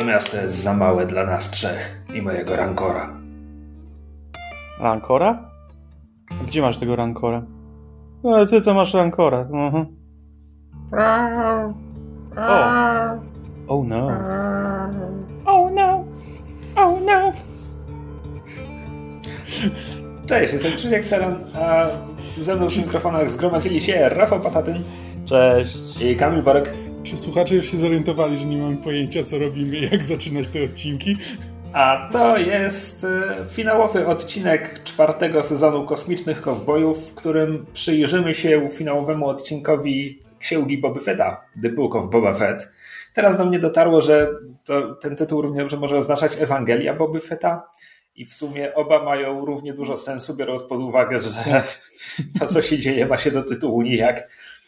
To miasto jest za małe dla nas trzech i mojego Rancora. Rancora? Gdzie masz tego Rancora? Ty to masz Rancora. Uh-huh. Oh no. Oh no. Oh no. Cześć, jestem Krzysiek Seran, a ze mną przy mikrofonach zgromadzili się Rafał Patatyn. Cześć. I Kamil Borek. Czy słuchacze już się zorientowali, że nie mamy pojęcia, co robimy i jak zaczynać te odcinki? A to jest finałowy odcinek 4. sezonu Kosmicznych Kowbojów, w którym przyjrzymy się finałowemu odcinkowi Księgi Boba Fetta, The Book of Boba Fett. Teraz do mnie dotarło, że ten tytuł również może oznaczać Ewangelia Boba Fetta i w sumie oba mają równie dużo sensu, biorąc pod uwagę, że to, co się dzieje, ma się do tytułu nijak.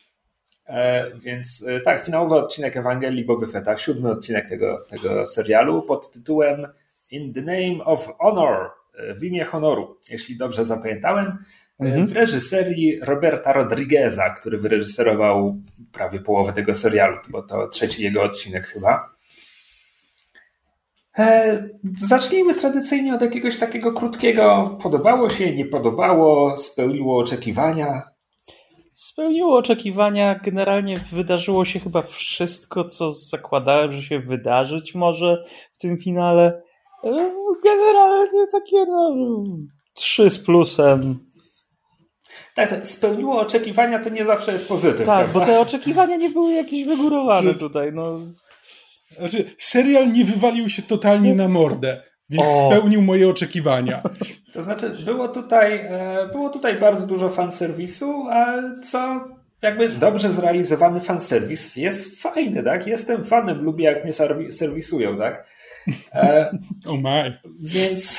Więc tak, finałowy odcinek Ewangelii Boba Fetta, 7. odcinek tego serialu pod tytułem In the Name of Honor, w imię honoru, jeśli dobrze zapamiętałem, w reżyserii Roberta Rodrigueza, który wyreżyserował prawie połowę tego serialu, bo to 3. jego odcinek chyba. Zacznijmy tradycyjnie od jakiegoś takiego krótkiego podobało się, nie podobało, spełniło oczekiwania. Spełniło oczekiwania, generalnie wydarzyło się chyba wszystko, co zakładałem, że się wydarzyć może w tym finale. Generalnie takie 3 z plusem. Tak, to spełniło oczekiwania, to nie zawsze jest pozytyw. Tak, prawda? bo te oczekiwania nie były jakieś wygórowane tutaj. No. Znaczy, serial nie wywalił się totalnie na mordę, więc spełnił moje oczekiwania. To znaczy, było tutaj bardzo dużo fanserwisu, a co jakby dobrze zrealizowany fanserwis jest fajny, tak? Jestem fanem, lubię jak mnie serwisują, tak? Oh my. Więc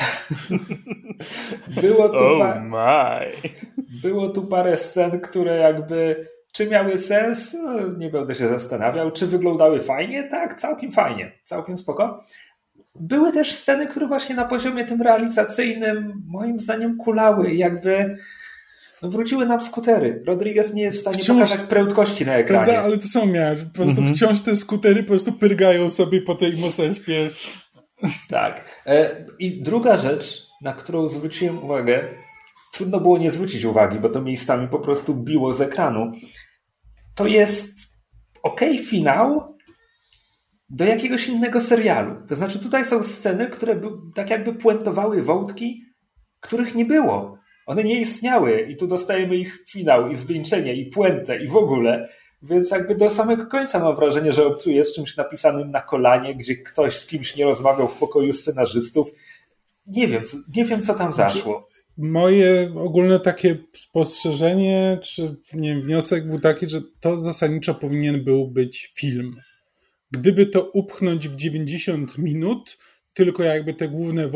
było tu parę scen, które jakby czy miały sens? No, nie będę się zastanawiał. Czy wyglądały fajnie? Tak, całkiem fajnie. Całkiem spoko. Były też sceny, które właśnie na poziomie tym realizacyjnym moim zdaniem kulały i jakby wróciły nam skutery. Rodriguez nie jest w stanie pokazać prędkości na ekranie. Prawda, ale to samo miałem. Po prostu wciąż te skutery po prostu pyrgają sobie po tej Mosespie. Tak. I druga rzecz, na którą zwróciłem uwagę, trudno było nie zwrócić uwagi, bo to miejscami po prostu biło z ekranu. To jest finał do jakiegoś innego serialu. To znaczy tutaj są sceny, które tak jakby puentowały wątki, których nie było. One nie istniały i tu dostajemy ich finał i zwieńczenie i puentę i w ogóle. Więc jakby do samego końca mam wrażenie, że obcuję z czymś napisanym na kolanie, gdzie ktoś z kimś nie rozmawiał w pokoju scenarzystów. Nie wiem co tam zaszło. Moje ogólne takie spostrzeżenie, czy nie wiem, wniosek był taki, że to zasadniczo powinien był być film. Gdyby to upchnąć w 90 minut, tylko jakby te główne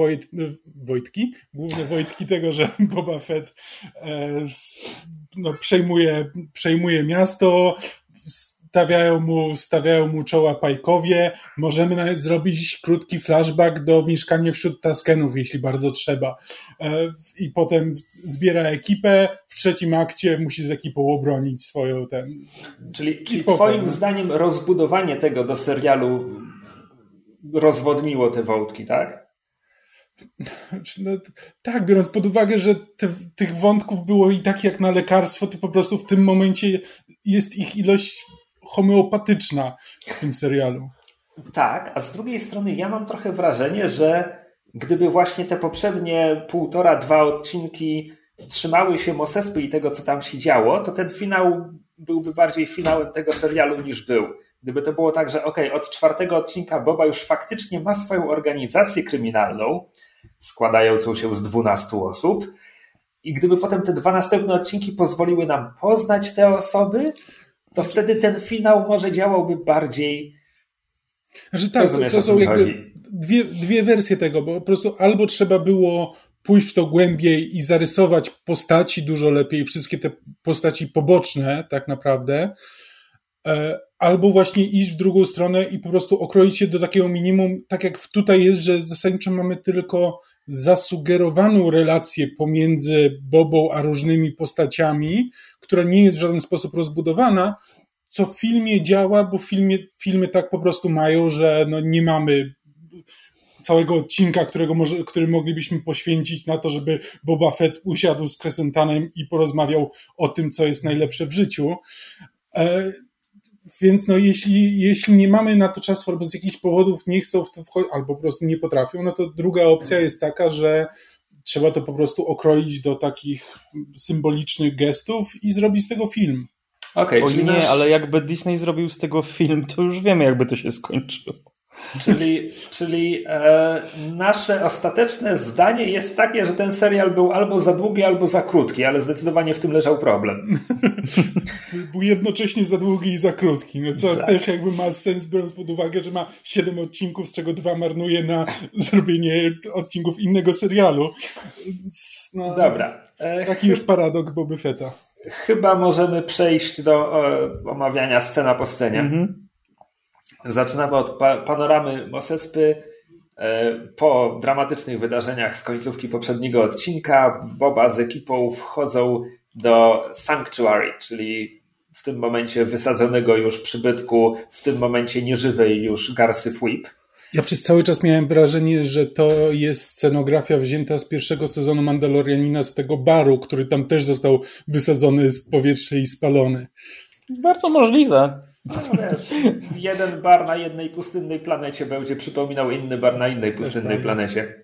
wojtki tego, że Boba Fett przejmuje miasto, stawiają mu czoła Pajkowie. Możemy nawet zrobić krótki flashback do mieszkania wśród Taskenów, jeśli bardzo trzeba. I potem zbiera ekipę. W 3. akcie musi z ekipą obronić swoją Czyli twoim zdaniem rozbudowanie tego do serialu rozwodniło te wątki, tak? No, tak, biorąc pod uwagę, że tych wątków było i tak jak na lekarstwo, to po prostu w tym momencie jest ich ilość homeopatyczna w tym serialu. Tak, a z drugiej strony ja mam trochę wrażenie, że gdyby właśnie te poprzednie 1,5-2 odcinki trzymały się Mosespy i tego, co tam się działo, to ten finał byłby bardziej finałem tego serialu niż był. Gdyby to było tak, że od 4. odcinka Boba już faktycznie ma swoją organizację kryminalną, składającą się z 12 osób i gdyby potem te 2 następne odcinki pozwoliły nam poznać te osoby, to wtedy ten finał może działałby bardziej. Znaczy tak, to są jakby dwie wersje tego, bo po prostu albo trzeba było pójść w to głębiej i zarysować postaci dużo lepiej, wszystkie te postaci poboczne tak naprawdę, albo właśnie iść w drugą stronę i po prostu okroić je do takiego minimum, tak jak tutaj jest, że zasadniczo mamy tylko zasugerowaną relację pomiędzy Bobą a różnymi postaciami, która nie jest w żaden sposób rozbudowana, co w filmie działa, bo filmy tak po prostu mają, że no nie mamy całego odcinka, który moglibyśmy poświęcić na to, żeby Boba Fett usiadł z Crescentanem i porozmawiał o tym, co jest najlepsze w życiu. Więc no, jeśli nie mamy na to czasu albo z jakichś powodów nie chcą w to wchodzić, albo po prostu nie potrafią, no to druga opcja jest taka, że trzeba to po prostu okroić do takich symbolicznych gestów i zrobić z tego film. Okay, czyli nie, ale jakby Disney zrobił z tego film, to już wiemy, jakby to się skończyło. Czyli nasze ostateczne zdanie jest takie, że ten serial był albo za długi, albo za krótki, ale zdecydowanie w tym leżał problem. Był jednocześnie za długi i za krótki, no co tak. Też jakby ma sens, biorąc pod uwagę, że ma 7 odcinków, z czego 2 marnuje na zrobienie odcinków innego serialu. No, dobra. Taki już paradoks Boby Fetta. Chyba możemy przejść do omawiania scena po scenie. Mhm. Zaczynamy od panoramy Mos Espy. Po dramatycznych wydarzeniach z końcówki poprzedniego odcinka Boba z ekipą wchodzą do Sanctuary, czyli w tym momencie wysadzonego już przybytku, w tym momencie nieżywej już Garsy Fwip. Ja przez cały czas miałem wrażenie, że to jest scenografia wzięta z pierwszego sezonu Mandalorianina, z tego baru, który tam też został wysadzony z powietrza i spalony. Bardzo możliwe. No wiesz, jeden bar na jednej pustynnej planecie będzie przypominał inny bar na innej pustynnej planecie.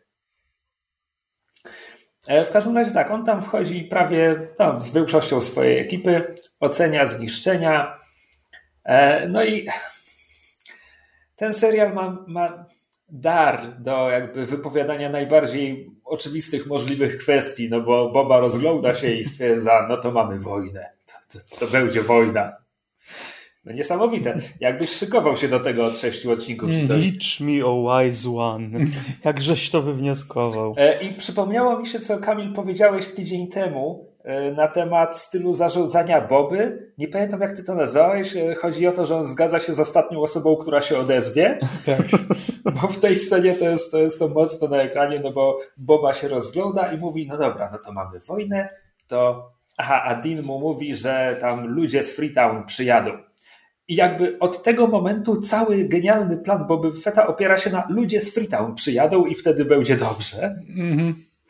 W każdym razie tak, on tam wchodzi prawie z większością swojej ekipy, ocenia zniszczenia. No i ten serial ma dar do jakby wypowiadania najbardziej oczywistych możliwych kwestii, no bo Boba rozgląda się i stwierdza, no to mamy wojnę, to będzie wojna. No niesamowite. Jakbyś szykował się do tego od 6 odcinków. Licz me, o wise one. Jakżeś to wywnioskował. I przypomniało mi się, co Kamil powiedziałeś tydzień temu na temat stylu zarządzania Boby. Nie pamiętam, jak ty to nazwałeś. Chodzi o to, że on zgadza się z ostatnią osobą, która się odezwie. Tak. Bo w tej scenie to jest to mocno na ekranie, no bo Boba się rozgląda i mówi, no dobra, no to mamy wojnę, a Dean mu mówi, że tam ludzie z Freetown przyjadą. I jakby od tego momentu cały genialny plan Boby Fetta opiera się na ludzie z Freetown przyjadą i wtedy będzie dobrze. Mm-hmm.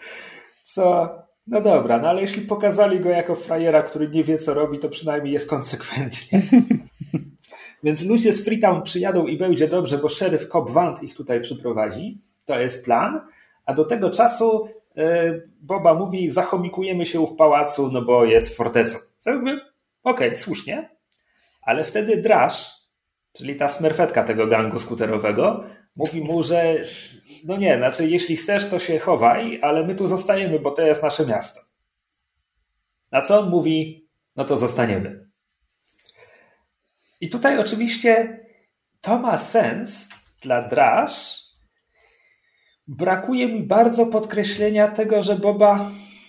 No dobra, no ale jeśli pokazali go jako frajera, który nie wie co robi, to przynajmniej jest konsekwentnie. Więc ludzie z Freetown przyjadą i będzie dobrze, bo szeryf Cobb Vanth ich tutaj przyprowadzi. To jest plan. A do tego czasu Boba mówi, zachomikujemy się w pałacu, no bo jest fortecą. Co jakby, okej, słusznie. Ale wtedy Drash, czyli ta smerfetka tego gangu skuterowego, mówi mu, że no nie, znaczy jeśli chcesz, to się chowaj, ale my tu zostajemy, bo to jest nasze miasto. Na co on mówi, no to zostaniemy. I tutaj oczywiście to ma sens dla Drash. Brakuje mi bardzo podkreślenia tego, że Boba,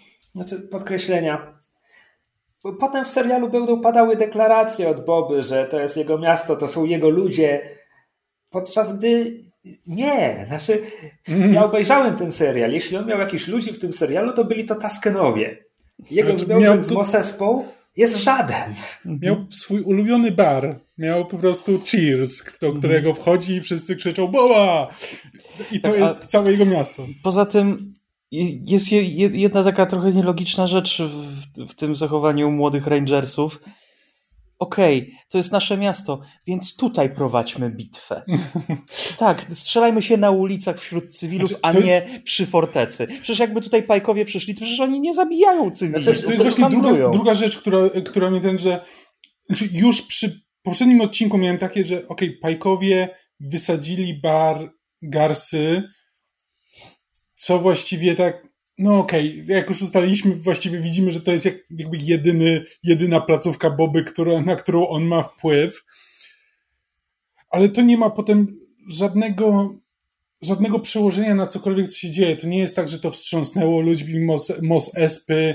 potem w serialu będą padały deklaracje od Boby, że to jest jego miasto, to są jego ludzie, podczas gdy nie, ja obejrzałem ten serial, jeśli on miał jakichś ludzi w tym serialu, to byli to Taskenowie. Jego związek z Mos Espą jest żaden. Miał swój ulubiony bar, miał po prostu Cheers, do którego wchodzi i wszyscy krzyczą Boba! I to jest całe jego miasto. Poza tym jest jedna taka trochę nielogiczna rzecz w tym zachowaniu młodych Rangersów. Okej, to jest nasze miasto, więc tutaj prowadźmy bitwę. Tak, strzelajmy się na ulicach wśród cywilów, a nie przy fortecy. Przecież jakby tutaj Pajkowie przyszli, to przecież oni nie zabijają cywili. To jest właśnie druga rzecz, która mnie już przy poprzednim odcinku miałem takie, że Pajkowie wysadzili bar Garsy, co właściwie tak, jak już ustaliliśmy, właściwie widzimy, że to jest jakby jedyna placówka Boby, na którą on ma wpływ. Ale to nie ma potem żadnego przełożenia na cokolwiek, co się dzieje. To nie jest tak, że to wstrząsnęło ludźmi Mos Espy,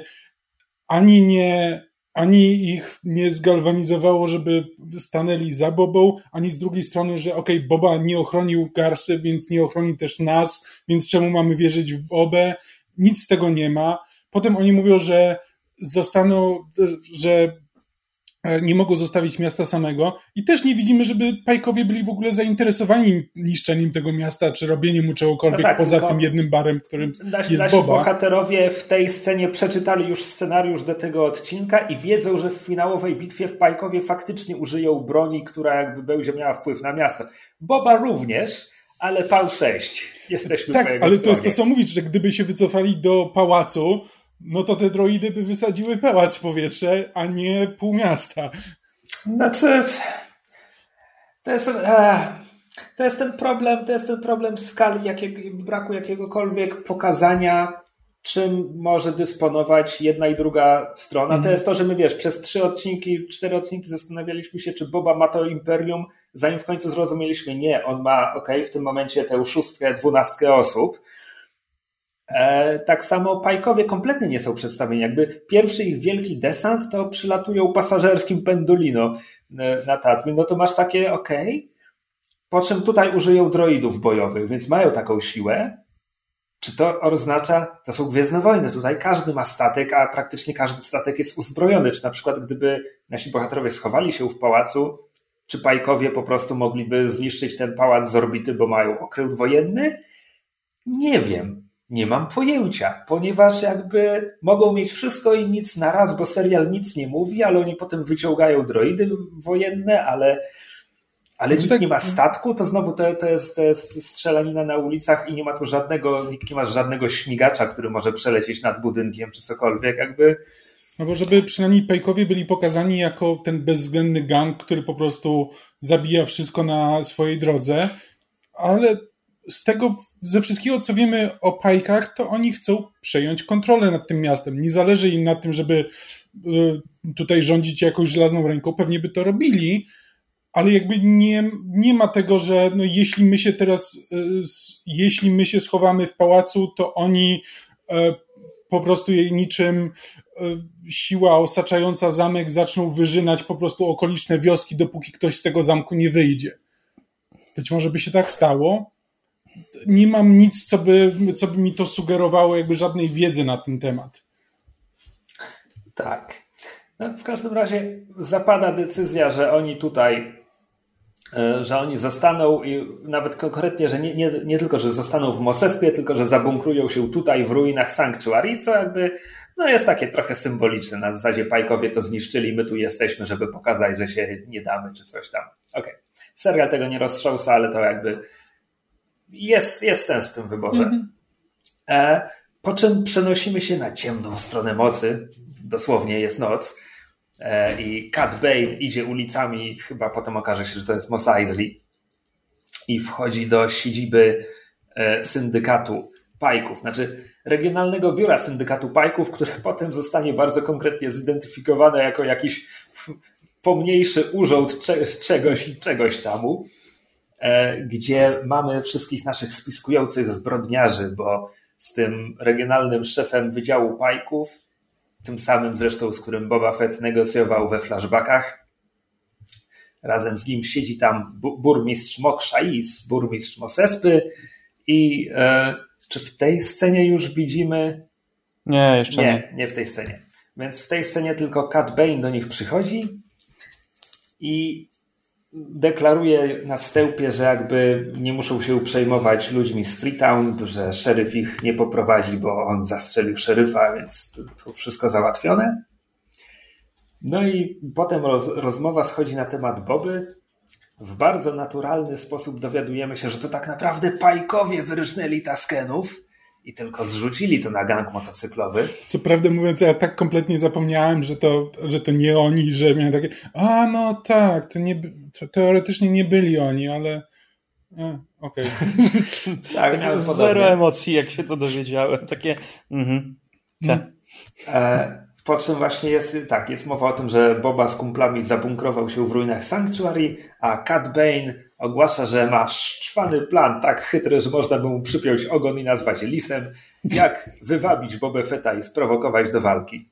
ani ich nie zgalwanizowało, żeby stanęli za Bobą, ani z drugiej strony, że Boba nie ochronił Garsy, więc nie ochroni też nas, więc czemu mamy wierzyć w Bobę? Nic z tego nie ma. Potem oni mówią, że nie mogą zostawić miasta samego i też nie widzimy, żeby Pike'owie byli w ogóle zainteresowani niszczeniem tego miasta, czy robieniem mu czegokolwiek poza tym jednym barem, którym jest Boba. Nasi bohaterowie w tej scenie przeczytali już scenariusz do tego odcinka i wiedzą, że w finałowej bitwie w Pike'owie faktycznie użyją broni, która jakby będzie miała wpływ na miasto. Boba również, ale PAL 6. Jesteśmy tak, po jego ale stronie. To jest to, co mówisz, że gdyby się wycofali do pałacu, no to te droidy by wysadziły pałac w powietrze, a nie pół miasta. Znaczy, to jest ten problem skali, braku jakiegokolwiek pokazania, czym może dysponować jedna i druga strona. To jest to, że my przez 4 odcinki zastanawialiśmy się, czy Boba ma to imperium, zanim w końcu zrozumieliśmy, nie, on ma w tym momencie tę 6, 12 osób. Tak samo Pike'owie kompletnie nie są przedstawieni. Jakby pierwszy ich wielki desant to przylatują pasażerskim Pendolino na Tatooine. No to masz takie po czym tutaj użyją droidów bojowych, więc mają taką siłę. Czy to oznacza, to są Gwiezdne Wojny, tutaj każdy ma statek, a praktycznie każdy statek jest uzbrojony. Czy na przykład gdyby nasi bohaterowie schowali się w pałacu, czy Pike'owie po prostu mogliby zniszczyć ten pałac z orbity, bo mają okręt wojenny? Nie wiem. Nie mam pojęcia, ponieważ jakby mogą mieć wszystko i nic naraz, bo serial nic nie mówi, ale oni potem wyciągają droidy wojenne, ale nikt nie ma statku, to znowu to jest strzelanina na ulicach i nie ma tu nikt nie ma żadnego śmigacza, który może przelecieć nad budynkiem czy cokolwiek jakby. No bo żeby przynajmniej Pike'owie byli pokazani jako ten bezwzględny gang, który po prostu zabija wszystko na swojej drodze, ale ze wszystkiego, co wiemy o Pike'ach, to oni chcą przejąć kontrolę nad tym miastem. Nie zależy im na tym, żeby tutaj rządzić jakąś żelazną ręką. Pewnie by to robili, ale jakby nie ma tego, że no jeśli my się schowamy w pałacu, to oni po prostu niczym siła osaczająca zamek zaczną wyżynać po prostu okoliczne wioski, dopóki ktoś z tego zamku nie wyjdzie. Być może by się tak stało. Nie mam nic, co by mi to sugerowało, jakby żadnej wiedzy na ten temat. Tak. No, w każdym razie zapada decyzja, że oni zostaną i nawet konkretnie, że nie tylko, że zostaną w Mos Espie, tylko, że zabunkrują się tutaj w ruinach Sanctuary, co jakby jest takie trochę symboliczne. Na zasadzie Pike'owie to zniszczyli, my tu jesteśmy, żeby pokazać, że się nie damy, czy coś tam. Okej. Serial tego nie roztrząsa, ale to jakby jest sens w tym wyborze. Po czym przenosimy się na ciemną stronę mocy. Dosłownie jest noc. I Cad Bane idzie ulicami, chyba potem okaże się, że to jest Mos Eisley. I wchodzi do siedziby syndykatu Pike'ów. Znaczy regionalnego biura syndykatu Pike'ów, które potem zostanie bardzo konkretnie zidentyfikowane jako jakiś pomniejszy urząd czegoś tamu. Gdzie mamy wszystkich naszych spiskujących zbrodniarzy, bo z tym regionalnym szefem Wydziału Pike'ów, tym samym zresztą, z którym Boba Fett negocjował we flashbackach, razem z nim siedzi tam burmistrz Mok Shaiz, burmistrz Mos Espy i czy w tej scenie już widzimy... Nie, jeszcze nie. Nie w tej scenie. Więc w tej scenie tylko Cad Bane do nich przychodzi i deklaruje na wstępie, że jakby nie muszą się przejmować ludźmi z Freetown, że szeryf ich nie poprowadzi, bo on zastrzelił szeryfa, więc to wszystko załatwione. No i potem rozmowa schodzi na temat Boby. W bardzo naturalny sposób dowiadujemy się, że to tak naprawdę Pike'owie wyrżnęli Tuskenów i tylko zrzucili to na gang motocyklowy. Co prawdę mówiąc, ja tak kompletnie zapomniałem, że to nie oni, że miałem takie, no tak, to teoretycznie nie byli oni, ale okej. Tak, zero emocji, jak się to dowiedziałem. Takie Po czym właśnie jest mowa o tym, że Boba z kumplami zabunkrował się w ruinach Sanctuary, a Cad Bane ogłasza, że ma szczwany plan tak chytry, że można by mu przypiąć ogon i nazwać lisem, jak wywabić Bobę Fetta i sprowokować do walki.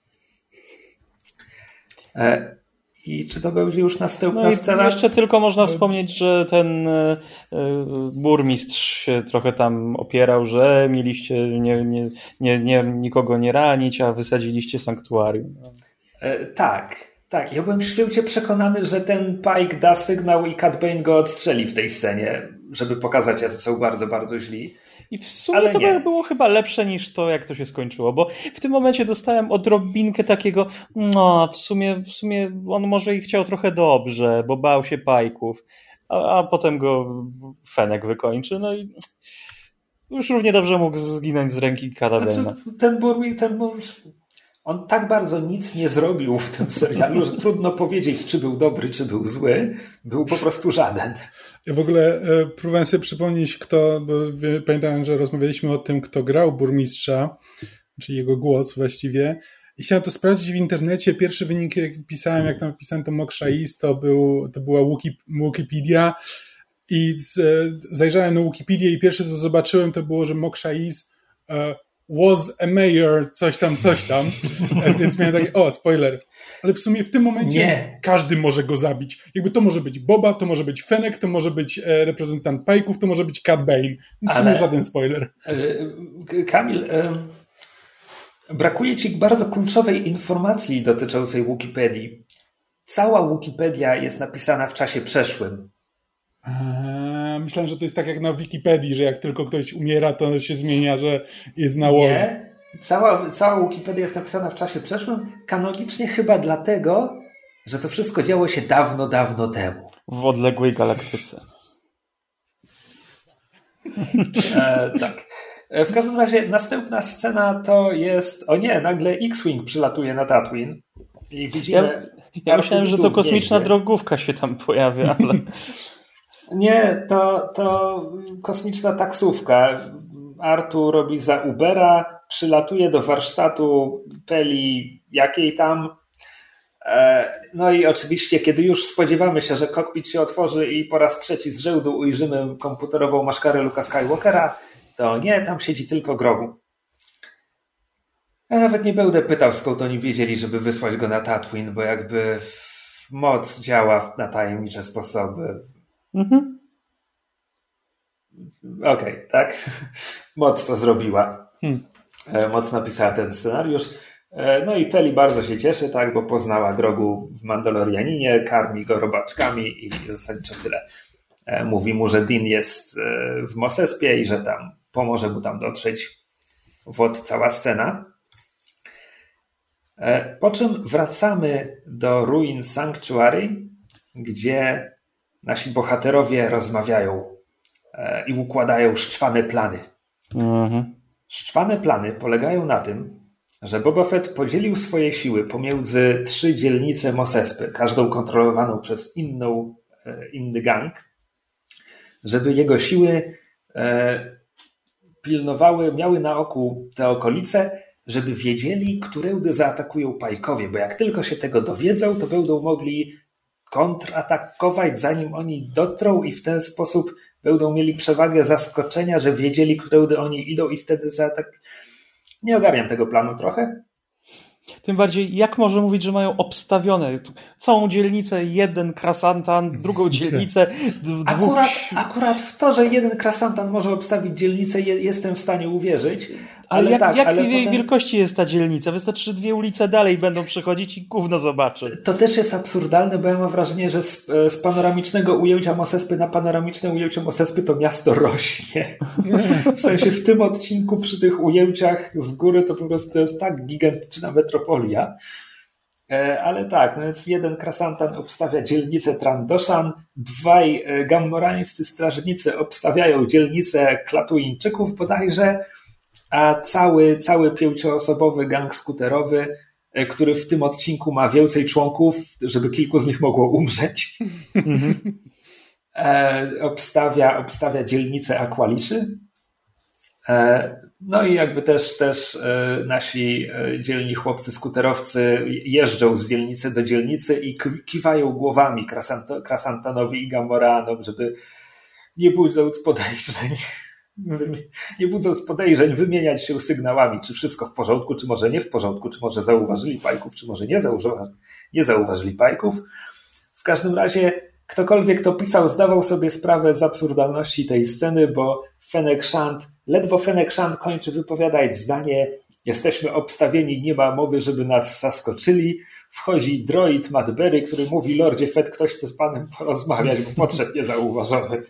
I czy to będzie już następna scena? Jeszcze tylko można wspomnieć, że ten burmistrz się trochę tam opierał, że mieliście nikogo nie ranić, a wysadziliście sanktuarium. Tak. Tak, ja byłem święcie przekonany, że ten Pike da sygnał i Cad Bane go odstrzeli w tej scenie, żeby pokazać, że są bardzo, bardzo źli. I w sumie to było chyba lepsze niż to, jak to się skończyło, bo w tym momencie dostałem odrobinkę takiego, no w sumie on może i chciał trochę dobrze, bo bał się Pajków, a potem go Fennec wykończy, no i już równie dobrze mógł zginąć z ręki Cada Bane'a. Znaczy, ten on tak bardzo nic nie zrobił w tym serialu, że trudno powiedzieć, czy był dobry, czy był zły. Był po prostu żaden. Ja w ogóle próbowałem sobie przypomnieć, bo pamiętałem, że rozmawialiśmy o tym, kto grał burmistrza, czyli jego głos właściwie. I chciałem to sprawdzić w internecie. Pierwszy wynik, jak tam pisałem to Moksha East, to była Wikipedia. I zajrzałem na Wikipedię i pierwsze, co zobaczyłem, to było, że Moksha East was a mayor, coś tam. Więc miałem takie, spoiler. Ale w sumie w tym momencie każdy może go zabić. Jakby to może być Boba, to może być Fennec, to może być reprezentant Pike'ów, to może być Cad Bane. W sumie żaden spoiler. Kamil, brakuje ci bardzo kluczowej informacji dotyczącej Wikipedii. Cała Wikipedia jest napisana w czasie przeszłym. Myślałem, że to jest tak jak na Wikipedii, że jak tylko ktoś umiera, to się zmienia, że jest na was. Nie. Cała Wikipedia jest napisana w czasie przeszłym. Kanonicznie chyba dlatego, że to wszystko działo się dawno, dawno temu. W odległej galaktyce. Tak. W każdym razie następna scena to jest... nagle X-Wing przylatuje na Tatooine i widzimy... Ja myślałem, że to kosmiczna drogówka się tam pojawia, ale... Nie, to kosmiczna taksówka. Artu robi za Ubera, przylatuje do warsztatu Peli jakiej tam. No i oczywiście, kiedy już spodziewamy się, że kokpit się otworzy i po raz trzeci z rzędu ujrzymy komputerową maszkarę Luke'a Skywalkera, to nie, tam siedzi tylko Grogu. Ja nawet nie będę pytał, skąd oni wiedzieli, żeby wysłać go na Tatooine, bo jakby moc działa na tajemnicze sposoby. Mhm. Okej, tak. Moc to zrobiła. Moc napisała ten scenariusz. No i Peli bardzo się cieszy, tak, bo poznała Grogu w Mandalorianinie, karmi go robaczkami i zasadniczo tyle. Mówi mu, że Din jest w Mos Espie i że tam pomoże mu tam dotrzeć. Cała scena. Po czym wracamy do ruin Sanctuary, gdzie nasi bohaterowie rozmawiają i układają szczwane plany. Mhm. Szczwane plany polegają na tym, że Boba Fett podzielił swoje siły pomiędzy 3 dzielnice Mos Espy, każdą kontrolowaną przez inny gang, żeby jego siły pilnowały, miały na oku te okolice, żeby wiedzieli, którędy zaatakują Pajkowie, bo jak tylko się tego dowiedzą, to będą mogli kontratakować, zanim oni dotrą i w ten sposób będą mieli przewagę zaskoczenia, że wiedzieli, którędy oni idą i wtedy Nie ogarniam tego planu trochę. Tym bardziej, jak może mówić, że mają obstawione całą dzielnicę, jeden krasantan, drugą dzielnicę, dwóch... Akurat w to, że jeden krasantan może obstawić dzielnicę, jestem w stanie uwierzyć. Ale jakiej wielkości jest ta dzielnica? Wystarczy, że 2 ulice dalej będą przechodzić i gówno zobaczy. To też jest absurdalne, bo ja mam wrażenie, że z panoramicznego ujęcia Mos Espy na panoramiczne ujęcie Mos Espy to miasto rośnie. W sensie w tym odcinku przy tych ujęciach z góry to po prostu to jest tak gigantyczna metropolia. Ale tak, no więc jeden krasantan obstawia dzielnicę Trandoshan, 2 gammorańscy strażnicy obstawiają dzielnicę Klatuińczyków bodajże, a cały 5-osobowy gang skuterowy, który w tym odcinku ma więcej członków, żeby kilku z nich mogło umrzeć, obstawia dzielnicę Aqualiszy. No i jakby też nasi dzielni chłopcy skuterowcy jeżdżą z dzielnicy do dzielnicy i kiwają głowami Krasantanowi i Gamoranom, żeby nie budząc podejrzeń wymieniać się sygnałami, czy wszystko w porządku, czy może nie w porządku, czy może zauważyli Pajków, czy może nie zauważyli Pajków. W każdym razie ktokolwiek to pisał, zdawał sobie sprawę z absurdalności tej sceny, bo ledwo Fennec Shand kończy wypowiadać zdanie, Jesteśmy obstawieni, nie ma mowy, żeby nas zaskoczyli. Wchodzi droid Matt Berry, który mówi: Lordzie Fett, ktoś chce z panem porozmawiać, bo podszedł niezauważony.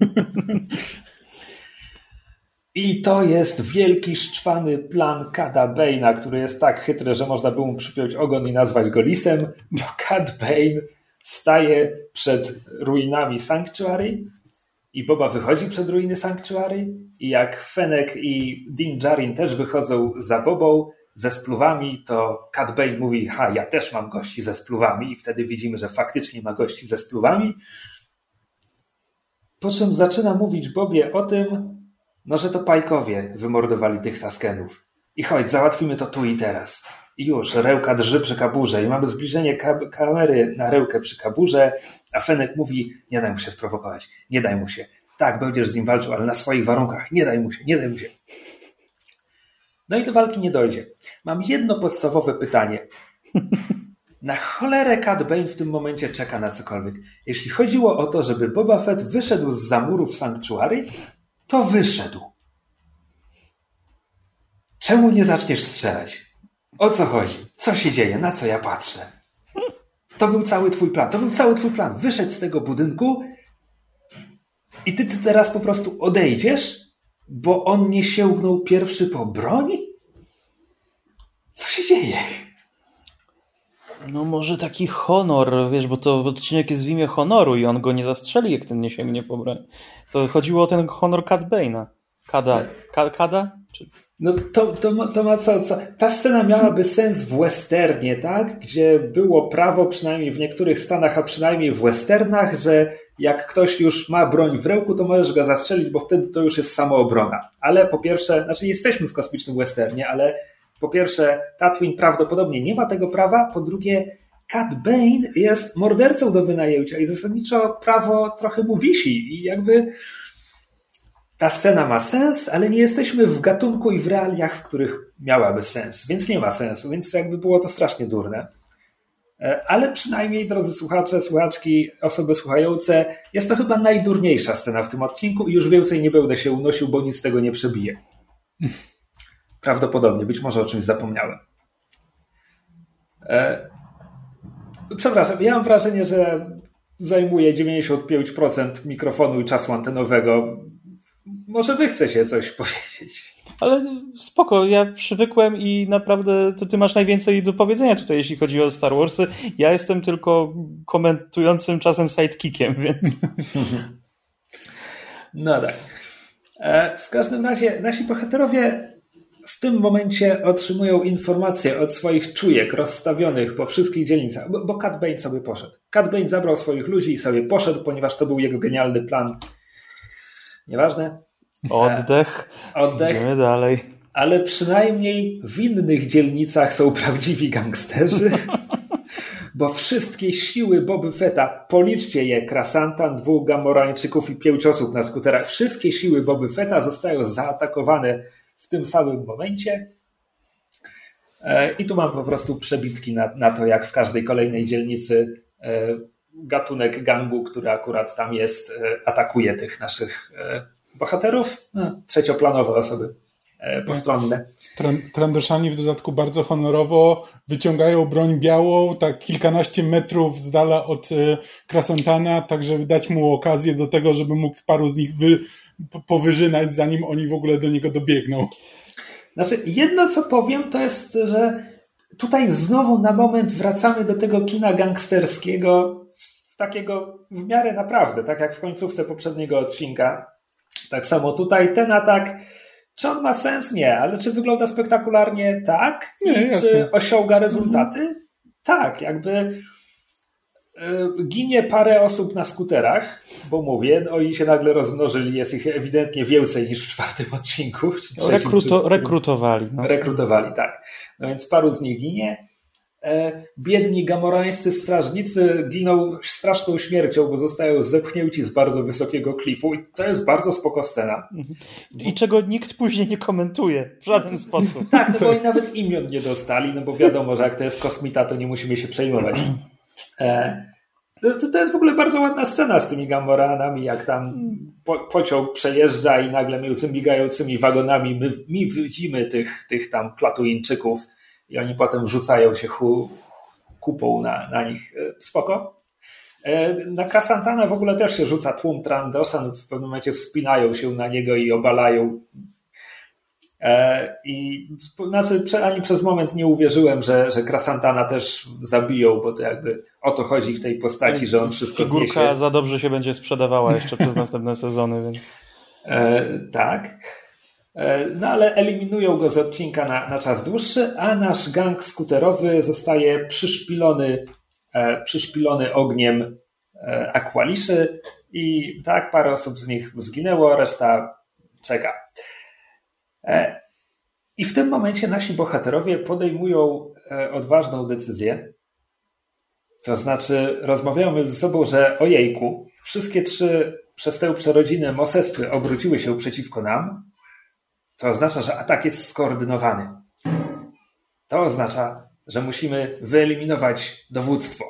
I to jest wielki, szczwany plan Cada Bane'a, który jest tak chytry, że można było mu przypiąć ogon i nazwać go lisem, bo Cad Bane staje przed ruinami Sanctuary i Boba wychodzi przed ruiny Sanctuary i jak Fennec i Din Djarin też wychodzą za Bobą ze spluwami, to Cad Bane mówi: ja też mam gości ze spluwami, i wtedy widzimy, że faktycznie ma gości ze spluwami. Po czym zaczyna mówić Bobie o tym, że to Pajkowie wymordowali tych Taskenów. I chodź, załatwimy to tu i teraz. I już, Rełka drży przy kaburze i mamy zbliżenie kamery na Rełkę przy kaburze, a Fennec mówi: nie daj mu się sprowokować, nie daj mu się. Tak, będziesz z nim walczył, ale na swoich warunkach. Nie daj mu się, nie daj mu się. No i do walki nie dojdzie. Mam jedno podstawowe pytanie. Na cholerę Cad Bane w tym momencie czeka na cokolwiek. Jeśli chodziło o to, żeby Boba Fett wyszedł z zamurów Sanctuary, to wyszedł. Czemu nie zaczniesz strzelać? O co chodzi? Co się dzieje? Na co ja patrzę? To był cały twój plan. Wyszedł z tego budynku i ty teraz po prostu odejdziesz, bo on nie sięgnął pierwszy po broń? Co się dzieje? No może taki honor, wiesz, bo to odcinek jest w imię honoru i on go nie zastrzeli, jak ten nie sięgnie po broń. To chodziło o ten honor Cad Bane'a. Kada? Czy... No to ma co? Ta scena miałaby sens w westernie, tak? Gdzie było prawo, przynajmniej w niektórych stanach, a przynajmniej w westernach, że jak ktoś już ma broń w ręku, to możesz go zastrzelić, bo wtedy to już jest samoobrona. Ale po pierwsze, jesteśmy w kosmicznym westernie, ale po pierwsze Tatooine prawdopodobnie nie ma tego prawa, po drugie Cad Bane jest mordercą do wynajęcia i zasadniczo prawo trochę mu wisi i jakby ta scena ma sens, ale nie jesteśmy w gatunku i w realiach, w których miałaby sens, więc nie ma sensu, więc jakby było to strasznie durne. Ale przynajmniej, drodzy słuchacze, słuchaczki, osoby słuchające, jest to chyba najdurniejsza scena w tym odcinku i już więcej nie będę się unosił, bo nic z tego nie przebije. Prawdopodobnie, być może o czymś zapomniałem. Przepraszam, ja mam wrażenie, że zajmuje 95% mikrofonu i czasu antenowego. Może wy chcecie coś powiedzieć. Ale spoko, ja przywykłem i naprawdę to ty masz najwięcej do powiedzenia tutaj, jeśli chodzi o Star Warsy. Ja jestem tylko komentującym czasem sidekickiem, więc... No tak. W każdym razie nasi bohaterowie w tym momencie otrzymują informacje od swoich czujek rozstawionych po wszystkich dzielnicach, bo Cad Bane sobie poszedł. Cad Bane zabrał swoich ludzi i sobie poszedł, ponieważ to był jego genialny plan. Nieważne. Oddech. Idziemy dalej. Ale przynajmniej w innych dzielnicach są prawdziwi gangsterzy, bo wszystkie siły Boby Fetta, policzcie je, Krasantan, 2 Gamorańczyków i 5 osób na skuterach, wszystkie siły Boby Fetta zostają zaatakowane w tym samym momencie. I tu mam po prostu przebitki na to, jak w każdej kolejnej dzielnicy gatunek gangu, który akurat tam jest, atakuje tych naszych bohaterów. Trzecioplanowe osoby postronne. Trandoszani w dodatku bardzo honorowo wyciągają broń białą, tak kilkanaście metrów z dala od Krasantana, tak żeby dać mu okazję do tego, żeby mógł paru z nich powyżynać, zanim oni w ogóle do niego dobiegną. Znaczy, jedno co powiem, to jest, że tutaj znowu na moment wracamy do tego kina gangsterskiego, takiego w miarę naprawdę, tak jak w końcówce poprzedniego odcinka. Tak samo tutaj ten atak, czy on ma sens? Nie, ale czy wygląda spektakularnie? Tak. Nie, czy osiąga rezultaty? Tak, jakby ginie parę osób na skuterach, bo mówię, oni się nagle rozmnożyli, jest ich ewidentnie więcej niż w 4. odcinku. Czy 3, rekrutowali. No. Rekrutowali, tak. No więc paru z nich ginie. Biedni gamorańscy strażnicy giną straszną śmiercią, bo zostają zepchnięci z bardzo wysokiego klifu i to jest bardzo spoko scena. I czego nikt później nie komentuje w żaden sposób. Tak, no bo oni nawet imion nie dostali, no bo wiadomo, że jak to jest kosmita, to nie musimy się przejmować. To jest w ogóle bardzo ładna scena z tymi Gamoranami, jak tam pociąg przejeżdża i nagle między migającymi wagonami my widzimy tych tam Platuińczyków i oni potem rzucają się kupą na nich. Spoko. Na Krasantana w ogóle też się rzuca tłum Trandosan, w pewnym momencie wspinają się na niego i obalają. I znaczy ani przez moment nie uwierzyłem, że Krasantana też zabiją, bo to jakby o to chodzi w tej postaci, że on wszystko zniesie. Figurka za dobrze się będzie sprzedawała jeszcze przez następne sezony. Więc... Tak. No ale eliminują go z odcinka na czas dłuższy, a nasz gang skuterowy zostaje przyszpilony ogniem Aqualiszy i tak parę osób z nich zginęło, reszta czeka. I w tym momencie nasi bohaterowie podejmują odważną decyzję. To znaczy rozmawiamy ze sobą, że ojejku, wszystkie 3 przestępcze rodziny Mosespy obróciły się przeciwko nam. To oznacza, że atak jest skoordynowany. To oznacza, że musimy wyeliminować dowództwo.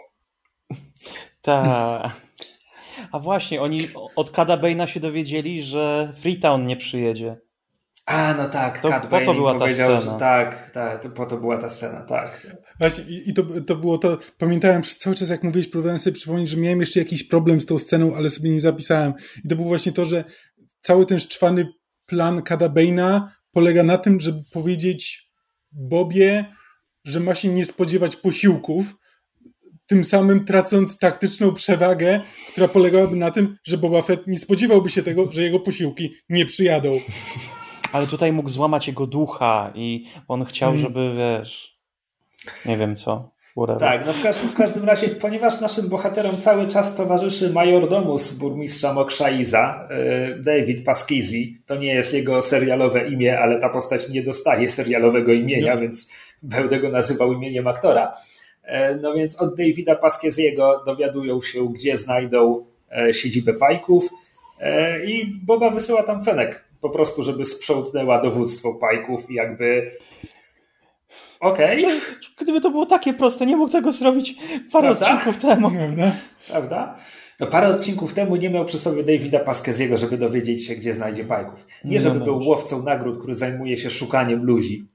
Tak. A właśnie, oni od Cada Bane'a się dowiedzieli, że Freetown nie przyjedzie. A, no tak, Cad Bane to była powiedział, ta scena. Że tak, to po to była ta scena, tak. Właśnie i to było to, pamiętałem przez cały czas, jak mówiłeś, próbowałem sobie przypomnieć, że miałem jeszcze jakiś problem z tą sceną, ale sobie nie zapisałem. I to było właśnie to, że cały ten szczwany plan Cada Bane'a polega na tym, żeby powiedzieć Bobie, że ma się nie spodziewać posiłków, tym samym tracąc taktyczną przewagę, która polegałaby na tym, że Boba Fett nie spodziewałby się tego, że jego posiłki nie przyjadą. Ale tutaj mógł złamać jego ducha i on chciał, żeby, wiesz, nie wiem co. Whatever. Tak, no w każdym razie, ponieważ naszym bohaterom cały czas towarzyszy majordomus burmistrza Mokshaiza, David Pasquizi, to nie jest jego serialowe imię, ale ta postać nie dostaje serialowego imienia, więc będę go nazywał imieniem aktora. No więc od Davida Pasquiziego dowiadują się, gdzie znajdą siedzibę Pajków i Boba wysyła tam Fennec, po prostu, żeby sprzątnęła dowództwo Pajków i jakby okej. Gdyby to było takie proste, nie mógł tego zrobić parę odcinków temu. Prawda? No, parę odcinków temu nie miał przy sobie Davida Pasquiziego, żeby dowiedzieć się, gdzie znajdzie Pajków. Nie, żeby był łowcą nagród, który zajmuje się szukaniem ludzi.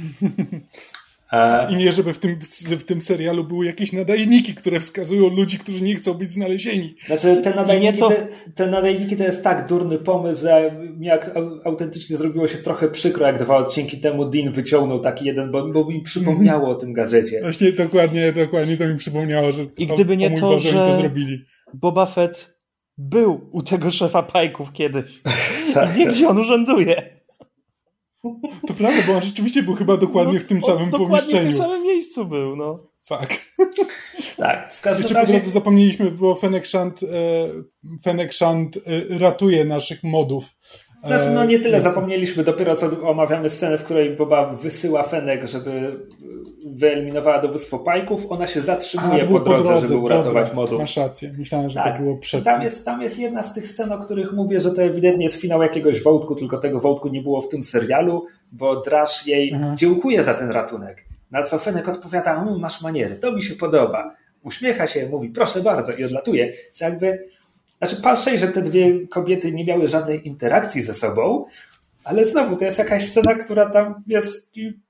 I nie, żeby w tym serialu były jakieś nadajniki, które wskazują ludzi, którzy nie chcą być znalezieni. Znaczy te nadajniki to jest tak durny pomysł, że mi autentycznie zrobiło się trochę przykro, jak 2 odcinki temu Dean wyciągnął taki jeden, bo mi przypomniało o tym gadżecie. Właśnie dokładnie to mi przypomniało, że i gdyby nie to, że to zrobili. Boba Fett był u tego szefa Pajków kiedyś. I wie, gdzie on urzęduje. To prawda, bo on rzeczywiście był chyba dokładnie w tym samym pomieszczeniu. Dokładnie w tym samym miejscu był, no. Tak. Tak, w każdym razie... Jeszcze po drodze zapomnieliśmy, bo Fennec Shand ratuje naszych modów. Znaczy, no nie tyle zapomnieliśmy, dopiero co omawiamy scenę, w której Boba wysyła Fennec, żeby wyeliminowała dowództwo Pajków, ona się zatrzymuje po drodze, żeby uratować modów. Masz rację, myślałem, że tak. To było przed tam jest jedna z tych scen, o których mówię, że to ewidentnie jest finał jakiegoś wątku, tylko tego wątku nie było w tym serialu, bo Drash jej dziękuje za ten ratunek. Na co Fennec odpowiada, masz maniery, to mi się podoba. Uśmiecha się, mówi proszę bardzo i odlatuje. Co jakby... Znaczy, patrzę, że te 2 kobiety nie miały żadnej interakcji ze sobą, ale znowu to jest jakaś scena, która tam jest...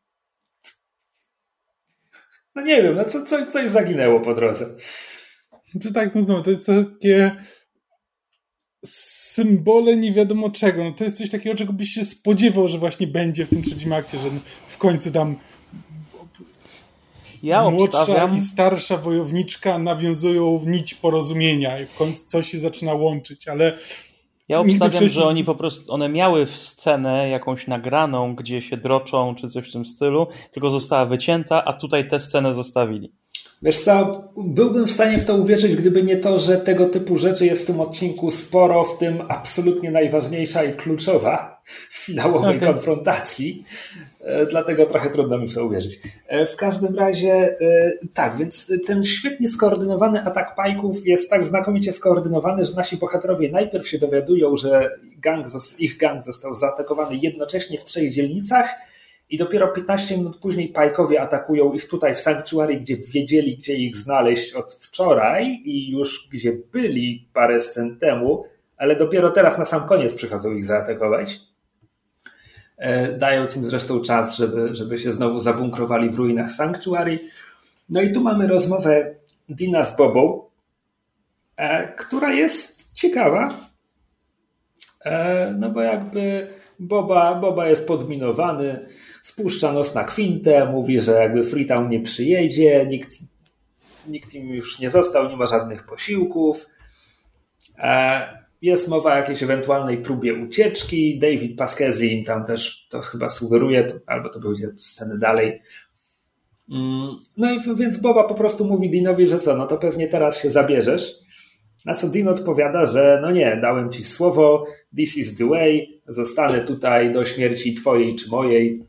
No nie wiem, no coś zaginęło po drodze. Znaczy tak, no to jest takie symbole nie wiadomo czego. No to jest coś takiego, czego byś się spodziewał, że właśnie będzie w tym 3. akcie, że w końcu tam młodsza i starsza wojowniczka nawiązują nić porozumienia i w końcu coś się zaczyna łączyć, ale ja obstawiam, że oni po prostu, one miały scenę jakąś nagraną, gdzie się droczą, czy coś w tym stylu, tylko została wycięta, a tutaj tę scenę zostawili. Wiesz co, byłbym w stanie w to uwierzyć, gdyby nie to, że tego typu rzeczy jest w tym odcinku sporo, w tym absolutnie najważniejsza i kluczowa w finałowej konfrontacji. Dlatego trochę trudno mi w to uwierzyć. W każdym razie tak, więc ten świetnie skoordynowany atak Pajków jest tak znakomicie skoordynowany, że nasi bohaterowie najpierw się dowiadują, że ich gang został zaatakowany jednocześnie w 3 dzielnicach i dopiero 15 minut później Pike'owie atakują ich tutaj w Sanctuary, gdzie wiedzieli, gdzie ich znaleźć od wczoraj i już gdzie byli parę scen temu, ale dopiero teraz na sam koniec przychodzą ich zaatakować, dając im zresztą czas, żeby się znowu zabunkrowali w ruinach Sanctuary. No i tu mamy rozmowę Deana z Bobą, która jest ciekawa, no bo jakby Boba jest podminowany, spuszcza nos na kwintę, mówi, że jakby Freetown nie przyjedzie, nikt im już nie został, nie ma żadnych posiłków. Jest mowa o jakiejś ewentualnej próbie ucieczki. David Pasquesi im tam też to chyba sugeruje, albo to będzie sceny dalej. No i więc Boba po prostu mówi Deanowi, że co, no to pewnie teraz się zabierzesz. Na co Dean odpowiada, że no nie, dałem ci słowo, this is the way, zostanę tutaj do śmierci twojej czy mojej.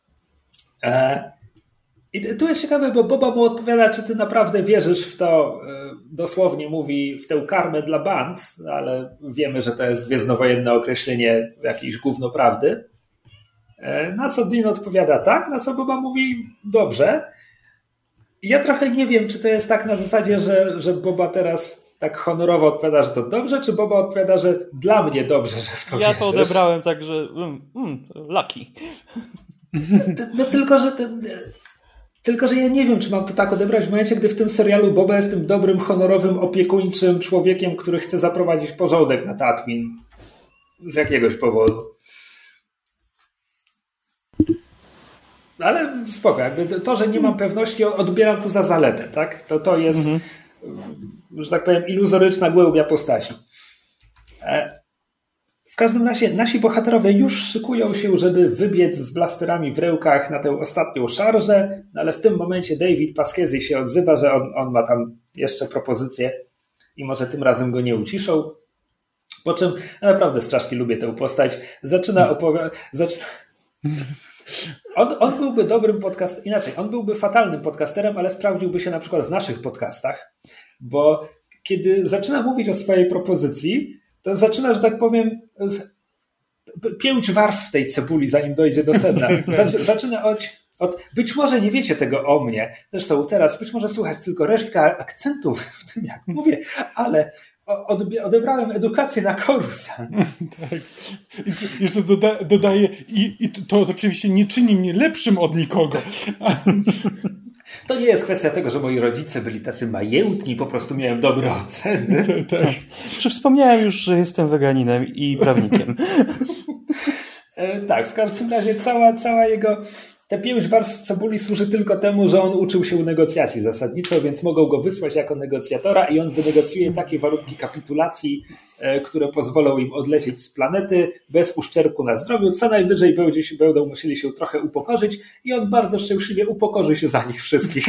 I tu jest ciekawe, bo Boba mu odpowiada, czy ty naprawdę wierzysz w to, dosłownie mówi, w tę karmę dla band, ale wiemy, że to jest gwiezdnowojenne określenie jakiejś gówno prawdy. Na co Dean odpowiada tak, na co Boba mówi dobrze. I ja trochę nie wiem, czy to jest tak na zasadzie, że Boba teraz tak honorowo odpowiada, że to dobrze, czy Boba odpowiada, że dla mnie dobrze, że w to wierzysz. Ja to odebrałem tak, że lucky. No tylko, że ja nie wiem, czy mam to tak odebrać w momencie, gdy w tym serialu Boba jest tym dobrym, honorowym, opiekuńczym człowiekiem, który chce zaprowadzić porządek na Tatooine z jakiegoś powodu. Ale spoko, jakby to, że nie mam pewności, odbieram tu za zaletę, tak? To jest, że tak powiem, iluzoryczna głębia postaci. W każdym razie nasi bohaterowie już szykują się, żeby wybiec z blasterami w rękach na tę ostatnią szarżę, no ale w tym momencie David Pasquesi się odzywa, że on ma tam jeszcze propozycję i może tym razem go nie uciszą. Po czym ja naprawdę strasznie lubię tę postać. Zaczyna opowiadać... On byłby dobrym on byłby fatalnym podcasterem, ale sprawdziłby się na przykład w naszych podcastach, bo kiedy zaczyna mówić o swojej propozycji, to zaczyna, że tak powiem, 5 warstw tej cebuli, zanim dojdzie do sedna. Zaczyna od być może nie wiecie tego o mnie, zresztą teraz być może słuchać tylko resztka akcentów w tym, jak mówię, ale odebrałem edukację na Coruscant. Tak. I jeszcze dodaje, i to oczywiście nie czyni mnie lepszym od nikogo. To nie jest kwestia tego, że moi rodzice byli tacy majętni, po prostu miałem dobre oceny. Tak. Czy wspomniałem już, że jestem weganinem i prawnikiem? Tak, w każdym razie cała jego... Te 5 warstw cebuli służy tylko temu, że on uczył się negocjacji zasadniczo, więc mogą go wysłać jako negocjatora i on wynegocjuje takie warunki kapitulacji, które pozwolą im odlecieć z planety bez uszczerbku na zdrowiu. Co najwyżej będą musieli się trochę upokorzyć i on bardzo szczęśliwie upokorzy się za nich wszystkich.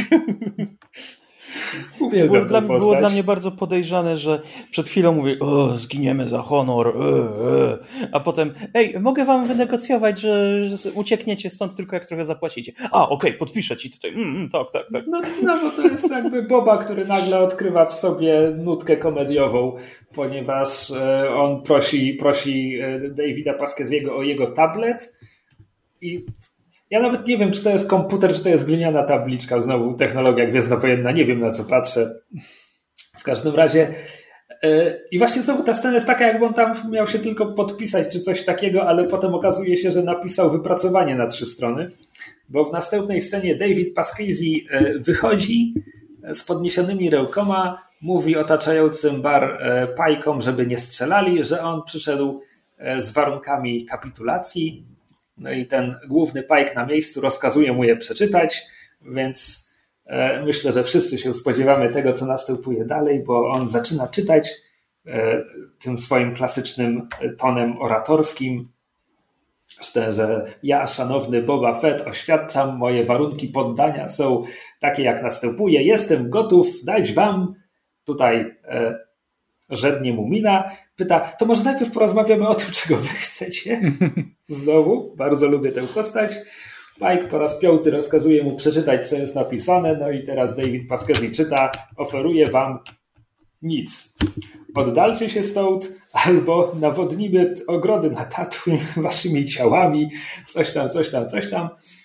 Było dla mnie bardzo podejrzane, że przed chwilą mówię, zginiemy za honor, a potem, mogę wam wynegocjować, że uciekniecie stąd tylko jak trochę zapłacicie. Okej, podpiszę ci tutaj. Tak. No bo to jest jakby Boba, który nagle odkrywa w sobie nutkę komediową, ponieważ on prosi Davida Pasquesiego o jego tablet i ja nawet nie wiem, czy to jest komputer, czy to jest gliniana tabliczka, znowu technologia gwiezdnowojenna, nie wiem na co patrzę. W każdym razie i właśnie znowu ta scena jest taka, jakby on tam miał się tylko podpisać, czy coś takiego, ale potem okazuje się, że napisał wypracowanie na 3 strony, bo w następnej scenie David Pasquesi wychodzi z podniesionymi rękoma, mówi otaczającym bar Pike'om, żeby nie strzelali, że on przyszedł z warunkami kapitulacji. No i ten główny Pike na miejscu rozkazuje mu je przeczytać, więc myślę, że wszyscy się spodziewamy tego, co następuje dalej, bo on zaczyna czytać tym swoim klasycznym tonem oratorskim, że ja, szanowny Boba Fett, oświadczam, moje warunki poddania są takie, jak następuje. Jestem gotów dać wam tutaj... Żednie mu mina, pyta, to może najpierw porozmawiamy o tym, czego wy chcecie. Znowu, bardzo lubię tę postać. Pike po raz 5 rozkazuje mu przeczytać, co jest napisane, no i teraz David Pasquesi czyta, oferuje wam nic. Oddalcie się stąd, albo nawodnimy ogrody na Tatooine waszymi ciałami, coś tam.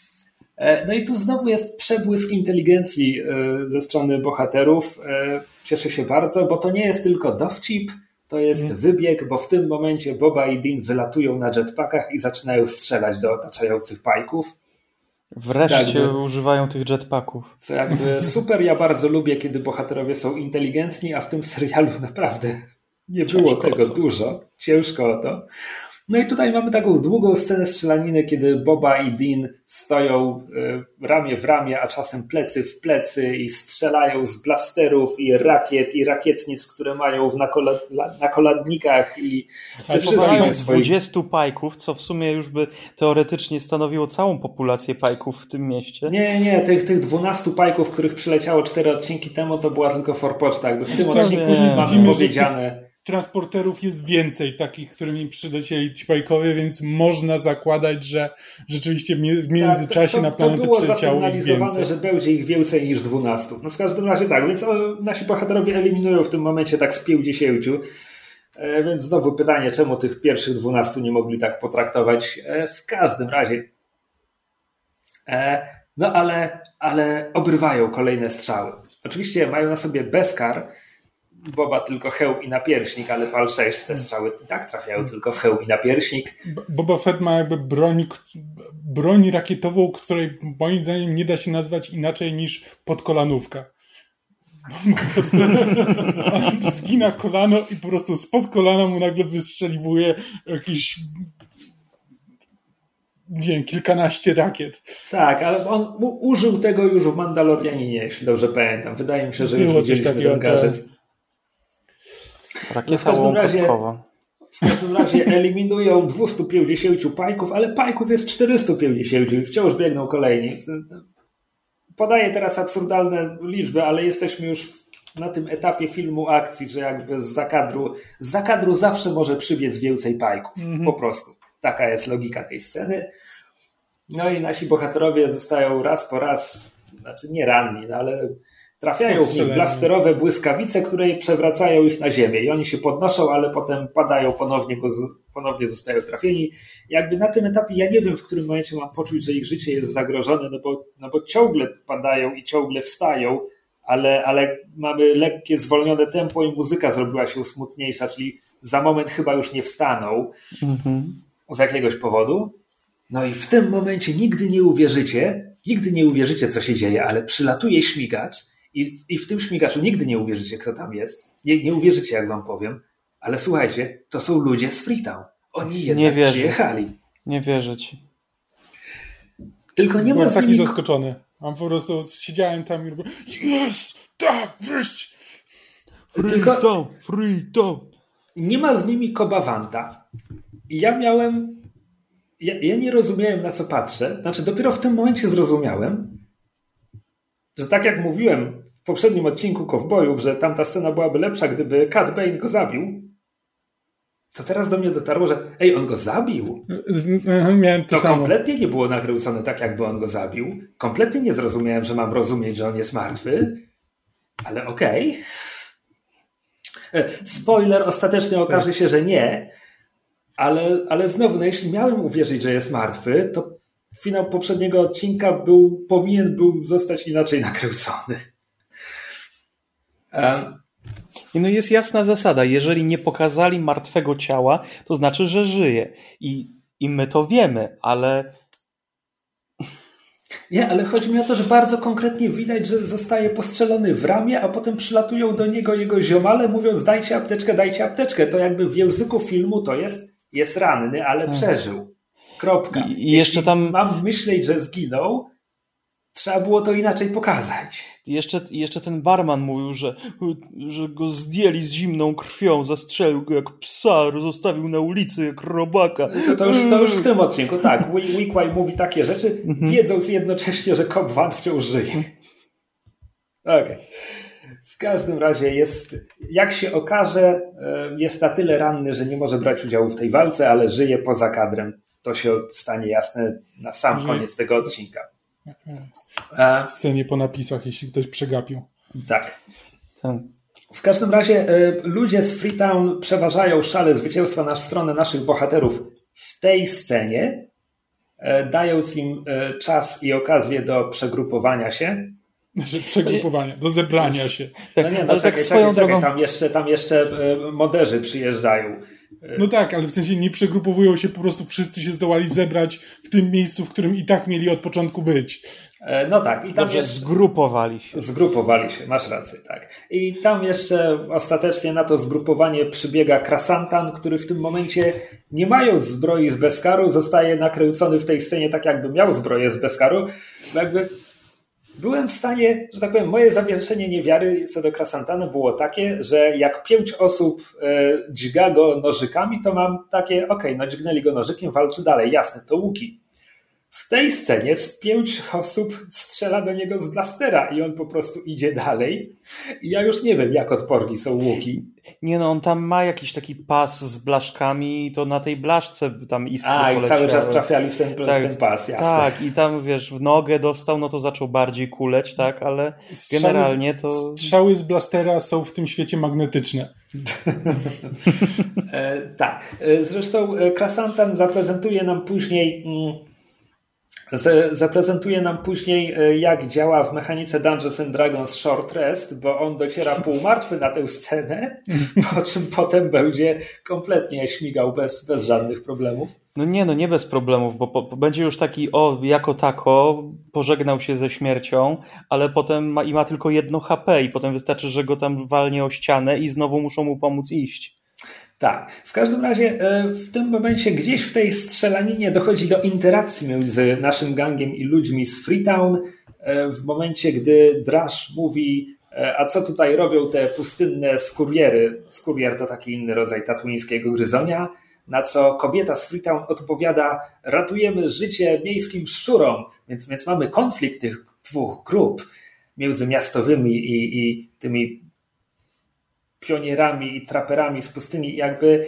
No i tu znowu jest przebłysk inteligencji ze strony bohaterów. Cieszę się bardzo, bo to nie jest tylko dowcip, to jest wybieg, bo w tym momencie Boba i Dean wylatują na jetpackach i zaczynają strzelać do otaczających pajków. Wreszcie używają tych jetpacków. Co jakby super, ja bardzo lubię, kiedy bohaterowie są inteligentni, a w tym serialu naprawdę nie było tego dużo. Ciężko o to. No i tutaj mamy taką długą scenę strzelaniny, kiedy Boba i Dean stoją ramię w ramię, a czasem plecy w plecy i strzelają z blasterów i rakiet i rakietnic, które mają w nakoladnikach i ze wszystkich swoich... 20 pajków, co w sumie już by teoretycznie stanowiło całą populację pajków w tym mieście. Nie, tych 12 pajków, których przyleciało 4 odcinki temu, to była tylko forpoczta. Jakby w tym odcinku mamy powiedziane... Transporterów jest więcej takich, którymi przylecieli ci pajkowie, więc można zakładać, że rzeczywiście w międzyczasie na planetę przyleciało ich więcej. To było zasygnalizowane, że będzie ich więcej niż 12. No w każdym razie tak, więc nasi bohaterowie eliminują w tym momencie tak z 50. Więc znowu pytanie, czemu tych pierwszych 12 nie mogli tak potraktować. W każdym razie no ale obrywają kolejne strzały. Oczywiście mają na sobie Beskar, Boba tylko hełm i napierśnik, ale PAL 6 te strzały i tak trafiają tylko w hełm i napierśnik. Boba Fett ma jakby broń rakietową, której moim zdaniem nie da się nazwać inaczej niż podkolanówka. Po prostu on zgina kolano i po prostu spod kolana mu nagle wystrzeliwuje jakieś nie wiem, kilkanaście rakiet. Tak, ale on użył tego już w Mandalorianinie, jeśli dobrze pamiętam. Wydaje mi się, że już widzieliśmy ten gadżet. Rakieta w każdym razie eliminują 250 pajków, ale pajków jest 450 i wciąż biegną kolejni. Podaję teraz absurdalne liczby, ale jesteśmy już na tym etapie filmu akcji, że jakby z zakadru zawsze może przybiec więcej pajków. Po prostu. Taka jest logika tej sceny. No i nasi bohaterowie zostają raz po raz, znaczy nie ranni, no ale trafiają w nich blasterowe błyskawice, które przewracają ich na ziemię i oni się podnoszą, ale potem padają ponownie, bo ponownie zostają trafieni. Jakby na tym etapie ja nie wiem, w którym momencie mam poczuć, że ich życie jest zagrożone, no bo ciągle padają i ciągle wstają, ale mamy lekkie zwolnione tempo i muzyka zrobiła się smutniejsza, czyli za moment chyba już nie wstaną z jakiegoś powodu. No i w tym momencie nigdy nie uwierzycie, co się dzieje, ale przylatuje śmigacz i w tym śmigaczu nigdy nie uwierzycie, kto tam jest. Nie uwierzycie, jak wam powiem, ale słuchajcie, to są ludzie z Freetown. Oni jednak przyjechali. Nie wierzę ci. Tylko nie byłem taki zaskoczony. Mam po prostu siedziałem tam i robiłem yes! Tak, wreszcie! Freetown! Nie ma z nimi Coba Vanta. I ja nie rozumiałem, na co patrzę. Znaczy, dopiero w tym momencie zrozumiałem, że tak jak mówiłem w poprzednim odcinku Kowbojów, że tamta scena byłaby lepsza, gdyby Cad Bane go zabił, to teraz do mnie dotarło, że on go zabił. Miałem to samo. Kompletnie nie było nakręcone tak, jakby on go zabił. Kompletnie nie zrozumiałem, że mam rozumieć, że on jest martwy. Ale okej. Spoiler, ostatecznie okaże się, że nie. Ale znowu, no jeśli miałem uwierzyć, że jest martwy, to finał poprzedniego odcinka powinien był zostać inaczej nakręcony. No jest jasna zasada. Jeżeli nie pokazali martwego ciała, to znaczy, że żyje. I my to wiemy, ale... Nie, ale chodzi mi o to, że bardzo konkretnie widać, że zostaje postrzelony w ramię, a potem przylatują do niego jego ziomale, mówiąc dajcie apteczkę. To jakby w języku filmu to jest ranny, ale przeżył. Kropka. I jeszcze tam... mam myśleć, że zginął, trzeba było to inaczej pokazać. Jeszcze ten barman mówił, że go zdjęli z zimną krwią, zastrzelił go jak psa, zostawił na ulicy jak robaka. To już w tym odcinku, tak. Weequay mówi takie rzeczy, wiedząc jednocześnie, że Cobb Vanth wciąż żyje. Okej. W każdym razie jak się okaże, jest na tyle ranny, że nie może brać udziału w tej walce, ale żyje poza kadrem. To się stanie jasne na sam koniec tego odcinka. W scenie po napisach, jeśli ktoś przegapił. Tak. W każdym razie ludzie z Freetown przeważają szale zwycięstwa na stronę naszych bohaterów w tej scenie, dając im czas i okazję do przegrupowania się. Przegrupowania, do zebrania się. No nie, no czekaj, tam jeszcze moderzy przyjeżdżają. No tak, ale w sensie nie przegrupowują się, po prostu wszyscy się zdołali zebrać w tym miejscu, w którym i tak mieli od początku być. No tak. I tam Dobrze, zgrupowali się. Zgrupowali się, masz rację, tak. I tam jeszcze ostatecznie na to zgrupowanie przybiega Krasantan, który w tym momencie, nie mając zbroi z Beskaru, zostaje nakręcony w tej scenie tak, jakby miał zbroję z Beskaru. Jakby byłem w stanie, że tak powiem, moje zawieszenie niewiary co do Krasantana było takie, że jak 5 osób dźga go nożykami, to mam takie, no dźgnęli go nożykiem, walczy dalej, jasne, to łuki. W tej scenie z 5 osób strzela do niego z blastera i on po prostu idzie dalej. I ja już nie wiem, jak odporni są łuki. Nie no, on tam ma jakiś taki pas z blaszkami i to na tej blaszce tam iskry poleciały. I cały czas trafiali w ten pas, jasne. Tak, i tam wiesz, w nogę dostał, no to zaczął bardziej kuleć, tak, ale generalnie to... Strzały z blastera są w tym świecie magnetyczne. Tak, zresztą Krasantan zaprezentuje nam później, jak działa w mechanice Dungeons & Dragons Short Rest, bo on dociera półmartwy na tę scenę, po czym potem będzie kompletnie śmigał bez żadnych problemów. Nie bez problemów, bo będzie już taki jako tako, pożegnał się ze śmiercią, ale potem ma tylko 1 HP i potem wystarczy, że go tam walnie o ścianę i znowu muszą mu pomóc iść. Tak, w każdym razie w tym momencie gdzieś w tej strzelaninie dochodzi do interakcji między naszym gangiem i ludźmi z Freetown. W momencie, gdy Drash mówi, a co tutaj robią te pustynne skuriery? Skurier to taki inny rodzaj tatuińskiego gryzonia, na co kobieta z Freetown odpowiada, ratujemy życie miejskim szczurom, więc mamy konflikt tych 2 grup między miastowymi i tymi pionierami i traperami z pustyni, jakby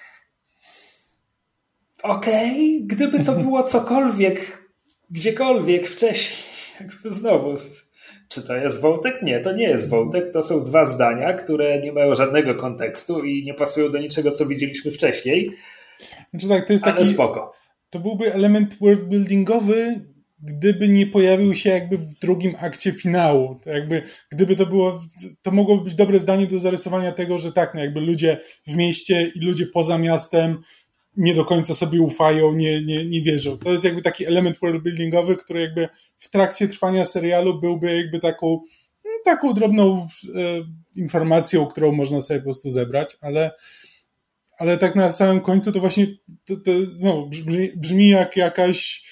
gdyby to było cokolwiek, gdziekolwiek wcześniej, jakby znowu, czy to jest wątek? Nie, to nie jest wątek, to są 2 zdania, które nie mają żadnego kontekstu i nie pasują do niczego, co widzieliśmy wcześniej, znaczy tak, to jest ale spoko. To byłby element worldbuildingowy, gdyby nie pojawił się jakby w drugim akcie finału. To jakby, gdyby to było, to mogłoby być dobre zdanie do zarysowania tego, że tak, jakby ludzie w mieście i ludzie poza miastem nie do końca sobie ufają, nie wierzą. To jest jakby taki element worldbuildingowy, który jakby w trakcie trwania serialu byłby jakby taką drobną informacją, którą można sobie po prostu zebrać, ale tak na samym końcu to właśnie to znowu brzmi jak jakaś...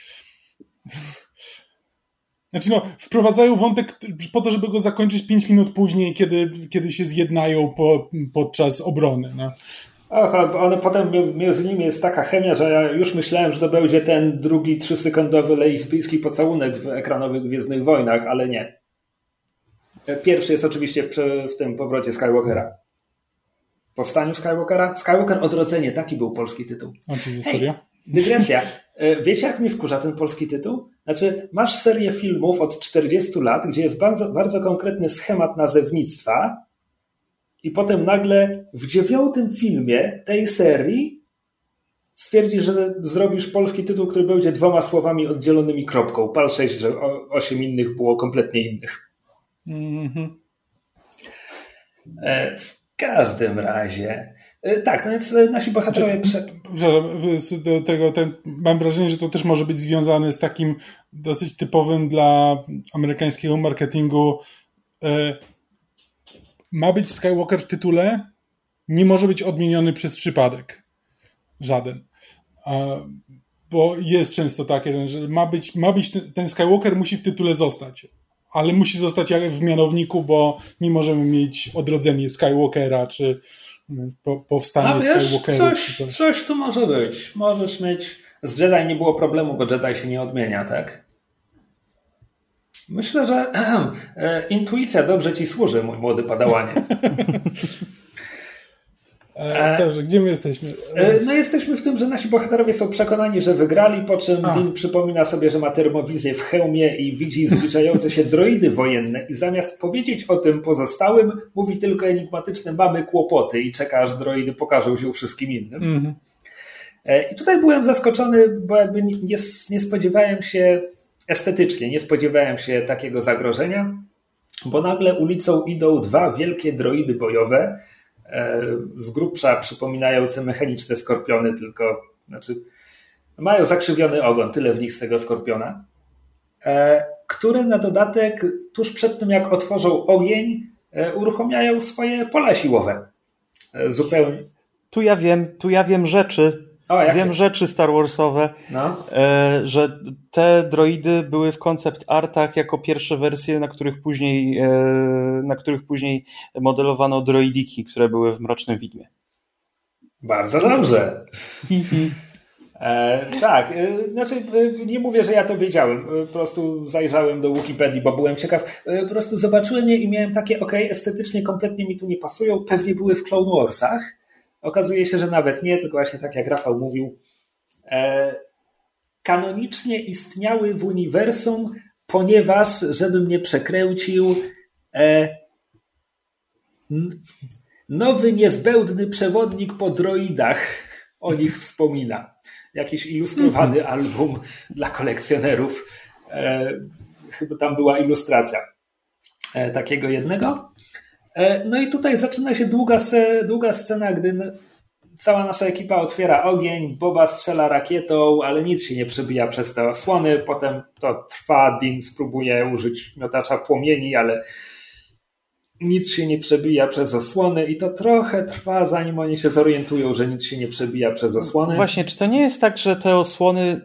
Znaczy wprowadzają wątek po to, żeby go zakończyć 5 minut później, kiedy się zjednają podczas obrony. No. One potem między nimi jest taka chemia, że ja już myślałem, że to będzie ten drugi 3-sekundowy lesbijski pocałunek w ekranowych Gwiezdnych Wojnach, ale nie. Pierwszy jest oczywiście w tym powrocie Skywalkera. Powstaniu Skywalkera? Skywalker Odrodzenie, taki był polski tytuł. A czy historia? Dygresja. Wiecie, jak mnie wkurza ten polski tytuł? Znaczy, masz serię filmów od 40 lat, gdzie jest bardzo, bardzo konkretny schemat nazewnictwa i potem nagle w 9. filmie tej serii stwierdzisz, że zrobisz polski tytuł, który będzie 2 słowami oddzielonymi kropką. Pal 6, że 8 innych było kompletnie innych. W każdym razie... Tak, no więc nasi bohaterowie... Mam wrażenie, że to też może być związane z takim dosyć typowym dla amerykańskiego marketingu. Ma być Skywalker w tytule, nie może być odmieniony przez przypadek. Żaden. Bo jest często takie, że ma być ten Skywalker musi w tytule zostać. Ale musi zostać w mianowniku, bo nie możemy mieć odrodzenie Skywalkera, czy powstanie Skywalkera. Coś tu może być. Możesz mieć... Z Jedi nie było problemu, bo Jedi się nie odmienia, tak? Myślę, że intuicja dobrze ci służy, mój młody padałanie. Dobrze, gdzie my jesteśmy? No jesteśmy w tym, że nasi bohaterowie są przekonani, że wygrali, po czym Dean przypomina sobie, że ma termowizję w hełmie i widzi zbliżające się droidy wojenne i zamiast powiedzieć o tym pozostałym, mówi tylko enigmatyczne mamy kłopoty i czeka, aż droidy pokażą się wszystkim innym. I tutaj byłem zaskoczony, bo jakby nie spodziewałem się estetycznie, nie spodziewałem się takiego zagrożenia, bo nagle ulicą idą 2 wielkie droidy bojowe, z grubsza przypominające mechaniczne skorpiony, tylko mają zakrzywiony ogon, tyle w nich z tego skorpiona, które na dodatek tuż przed tym, jak otworzą ogień, uruchamiają swoje pola siłowe. Zupełnie. Tu ja wiem rzeczy. Wiem rzeczy Star Warsowe, że te droidy były w concept artach jako pierwsze wersje, na których później modelowano droidiki, które były w Mrocznym Widmie. Bardzo dobrze. Tak, nie mówię, że ja to wiedziałem, po prostu zajrzałem do Wikipedii, bo byłem ciekaw, po prostu zobaczyłem je i miałem takie, estetycznie kompletnie mi tu nie pasują, pewnie były w Clone Warsach. Okazuje się, że nawet nie, tylko właśnie tak jak Rafał mówił, kanonicznie istniały w uniwersum, ponieważ, żebym nie przekręcił, nowy niezbędny przewodnik po droidach o nich wspomina. Jakiś ilustrowany album dla kolekcjonerów. Chyba tam była ilustracja takiego jednego. No i tutaj zaczyna się długa scena, gdy cała nasza ekipa otwiera ogień, Boba strzela rakietą, ale nic się nie przebija przez te osłony. Potem to trwa, Din spróbuje użyć miotacza płomieni, ale nic się nie przebija przez osłony i to trochę trwa, zanim oni się zorientują, że nic się nie przebija przez osłony. Właśnie, czy to nie jest tak, że te osłony,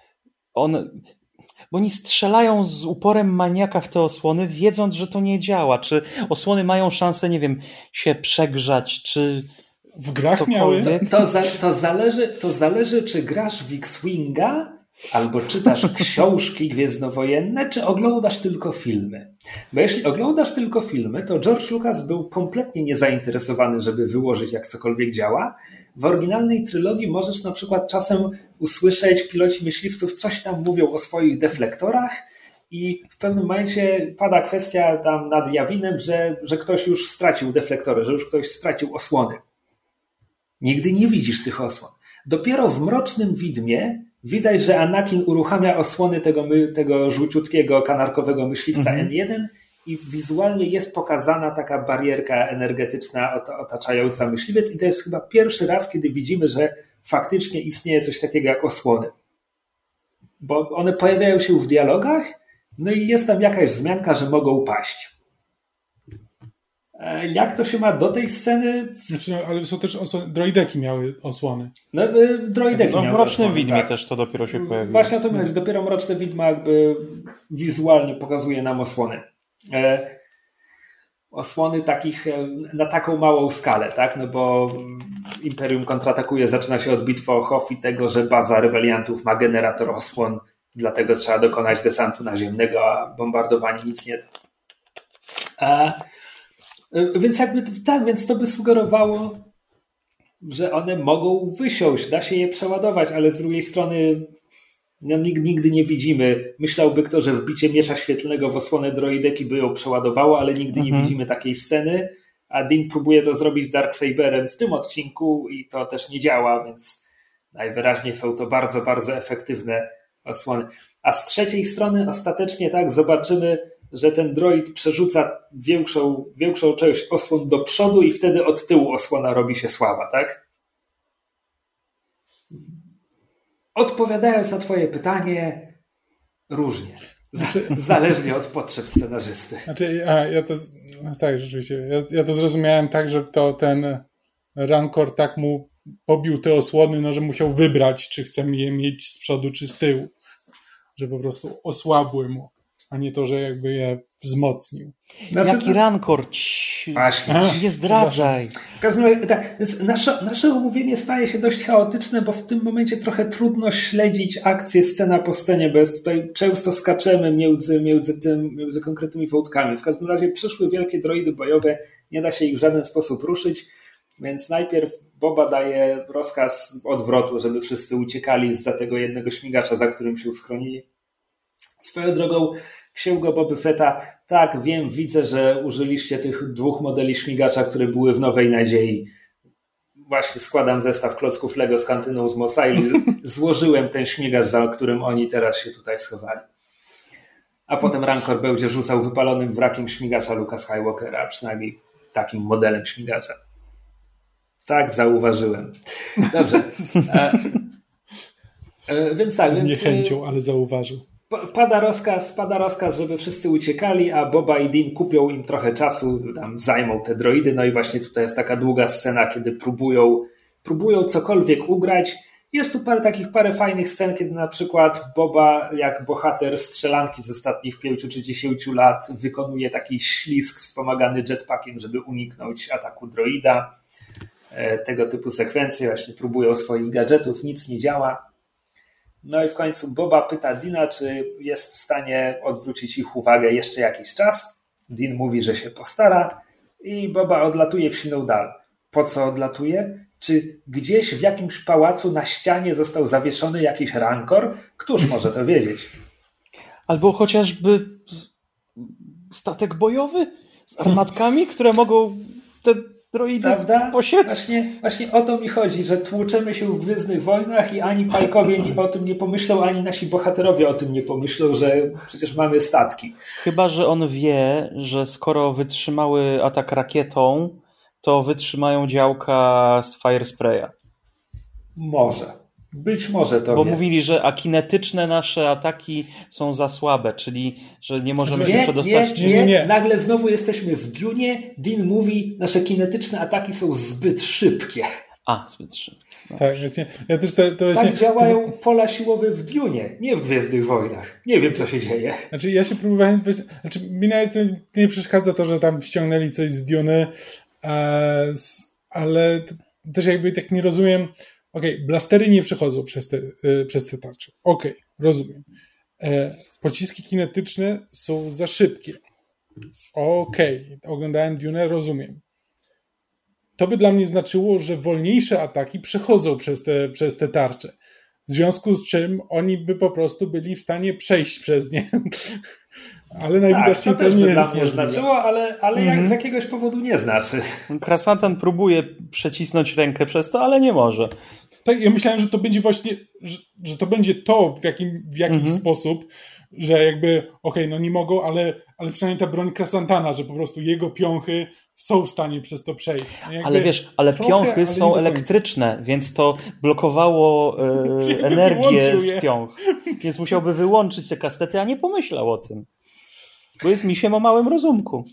bo oni strzelają z uporem maniaka w te osłony, wiedząc, że to nie działa. Czy osłony mają szansę, nie wiem, się przegrzać, czy w grach miały? To zależy, czy grasz w X-Winga, albo czytasz książki gwiezdnowojenne, czy oglądasz tylko filmy. Bo jeśli oglądasz tylko filmy, to George Lucas był kompletnie niezainteresowany, żeby wyłożyć, jak cokolwiek działa. W oryginalnej trylogii możesz na przykład czasem usłyszeć, piloci myśliwców coś tam mówią o swoich deflektorach i w pewnym momencie pada kwestia tam nad Jawinem, że ktoś już stracił deflektory, że już ktoś stracił osłony. Nigdy nie widzisz tych osłon. Dopiero w Mrocznym Widmie widać, że Anakin uruchamia osłony tego żółciutkiego, kanarkowego myśliwca N1 i wizualnie jest pokazana taka barierka energetyczna otaczająca myśliwiec i to jest chyba pierwszy raz, kiedy widzimy, że faktycznie istnieje coś takiego jak osłony. Bo one pojawiają się w dialogach, no i jest tam jakaś wzmianka, że mogą paść. Jak to się ma do tej sceny? Ale są też droideki miały osłony. Droideki miały w Mrocznym Widmie też to dopiero się pojawiło. Właśnie o to mówię, że dopiero Mroczne Widmo jakby wizualnie pokazuje nam osłony. Osłony takich na taką małą skalę, tak? No bo Imperium kontratakuje, zaczyna się od bitwy o Hoth i tego, że baza rebeliantów ma generator osłon, dlatego trzeba dokonać desantu naziemnego, a bombardowanie nic nie da. Więc jakby tak, więc to by sugerowało, że one mogą wysiąść, da się je przeładować, ale z drugiej strony nigdy nie widzimy. Myślałby kto, że wbicie miecza świetlnego w osłonę droideki by ją przeładowało, ale nigdy nie widzimy takiej sceny, a Din próbuje to zrobić z Darksaberem w tym odcinku i to też nie działa, więc najwyraźniej są to bardzo, bardzo efektywne osłony. A z trzeciej strony ostatecznie tak zobaczymy, że ten droid przerzuca większą część osłon do przodu i wtedy od tyłu osłona robi się słaba, tak? Odpowiadając na twoje pytanie, różnie. Zależnie od potrzeb scenarzysty. Tak, rzeczywiście. Ja to zrozumiałem tak, że to ten Rancor tak mu pobił te osłony, no, że musiał wybrać, czy chce je mieć z przodu, czy z tyłu. Że po prostu osłabły mu, a nie to, że jakby je wzmocnił. Jaki Rancor? Nie zdradzaj. W każdym razie, tak, więc nasze omówienie staje się dość chaotyczne, bo w tym momencie trochę trudno śledzić akcję scena po scenie, bo jest tutaj często skaczemy między konkretnymi wątkami. W każdym razie przyszły wielkie droidy bojowe, nie da się ich w żaden sposób ruszyć, więc najpierw Boba daje rozkaz odwrotu, żeby wszyscy uciekali zza tego jednego śmigacza, za którym się schronili. Swoją drogą, księgo Boby Fetta, tak, wiem, widzę, że użyliście tych 2 modeli śmigacza, które były w Nowej Nadziei. właśnie składam zestaw klocków Lego z kantyną z Mos Eisley, złożyłem ten śmigacz, za którym oni teraz się tutaj schowali. A potem Rancor będzie rzucał wypalonym wrakiem śmigacza Luke'a Skywalkera, a przynajmniej takim modelem śmigacza. Tak, zauważyłem. Dobrze. Więc tak. Z niechęcią, ale zauważył. Pada rozkaz, żeby wszyscy uciekali, a Boba i Dean kupią im trochę czasu, tam zajmą te droidy. No i właśnie tutaj jest taka długa scena, kiedy próbują cokolwiek ugrać. Jest tu parę fajnych scen, kiedy na przykład Boba, jak bohater strzelanki z ostatnich 5 czy 10 lat, wykonuje taki ślizg wspomagany jetpackiem, żeby uniknąć ataku droida. Tego typu sekwencje, właśnie próbują swoich gadżetów, nic nie działa. No i w końcu Boba pyta Deana, czy jest w stanie odwrócić ich uwagę jeszcze jakiś czas. Dean mówi, że się postara i Boba odlatuje w siną dal. Po co odlatuje? Czy gdzieś w jakimś pałacu na ścianie został zawieszony jakiś Rancor? Któż może to wiedzieć? Albo chociażby statek bojowy z armatkami, które mogą te droidy posiec? Właśnie o to mi chodzi, że tłuczemy się w Gwiezdnych Wojnach i ani Pajkowie o tym nie pomyślą, ani nasi bohaterowie o tym nie pomyślą, że przecież mamy statki. Chyba że on wie, że skoro wytrzymały atak rakietą, to wytrzymają działka z Fire Spraya. Może. Być może to Bo wie. mówili, że kinetyczne nasze ataki są za słabe, czyli że nie możemy się przedostać. Nie. Nagle znowu jesteśmy w Dunie. Dean mówi, nasze kinetyczne ataki są zbyt szybkie. Zbyt szybkie. No. Tak, właśnie. Ja też to właśnie... Tak działają pola siłowe w Dune, nie w Gwiezdnych Wojnach. Nie wiem, co się dzieje. Znaczy, ja się próbowałem... mi nawet nie przeszkadza to, że tam ściągnęli coś z Dune, ale też jakby tak nie rozumiem. Blastery nie przechodzą przez te tarcze. Rozumiem. Pociski kinetyczne są za szybkie. Oglądałem Dune, rozumiem. To by dla mnie znaczyło, że wolniejsze ataki przechodzą przez te tarcze. W związku z czym oni by po prostu byli w stanie przejść przez nie. Ale najwidoczniej to nie jest dla mnie znaczyło, ale jak z jakiegoś powodu nie znaczy. Krasantan próbuje przecisnąć rękę przez to, ale nie może. Tak, ja myślałem, że to będzie właśnie, że to będzie to w jakiś sposób, że jakby, nie mogą, ale przynajmniej ta broń Krasantana, że po prostu jego piąchy są w stanie przez to przejść. Ale wiesz, piąchy są elektryczne, więc to blokowało energię z piąch. Więc musiałby wyłączyć te kastety, a nie pomyślał o tym. Bo jest misiem o małym rozumku.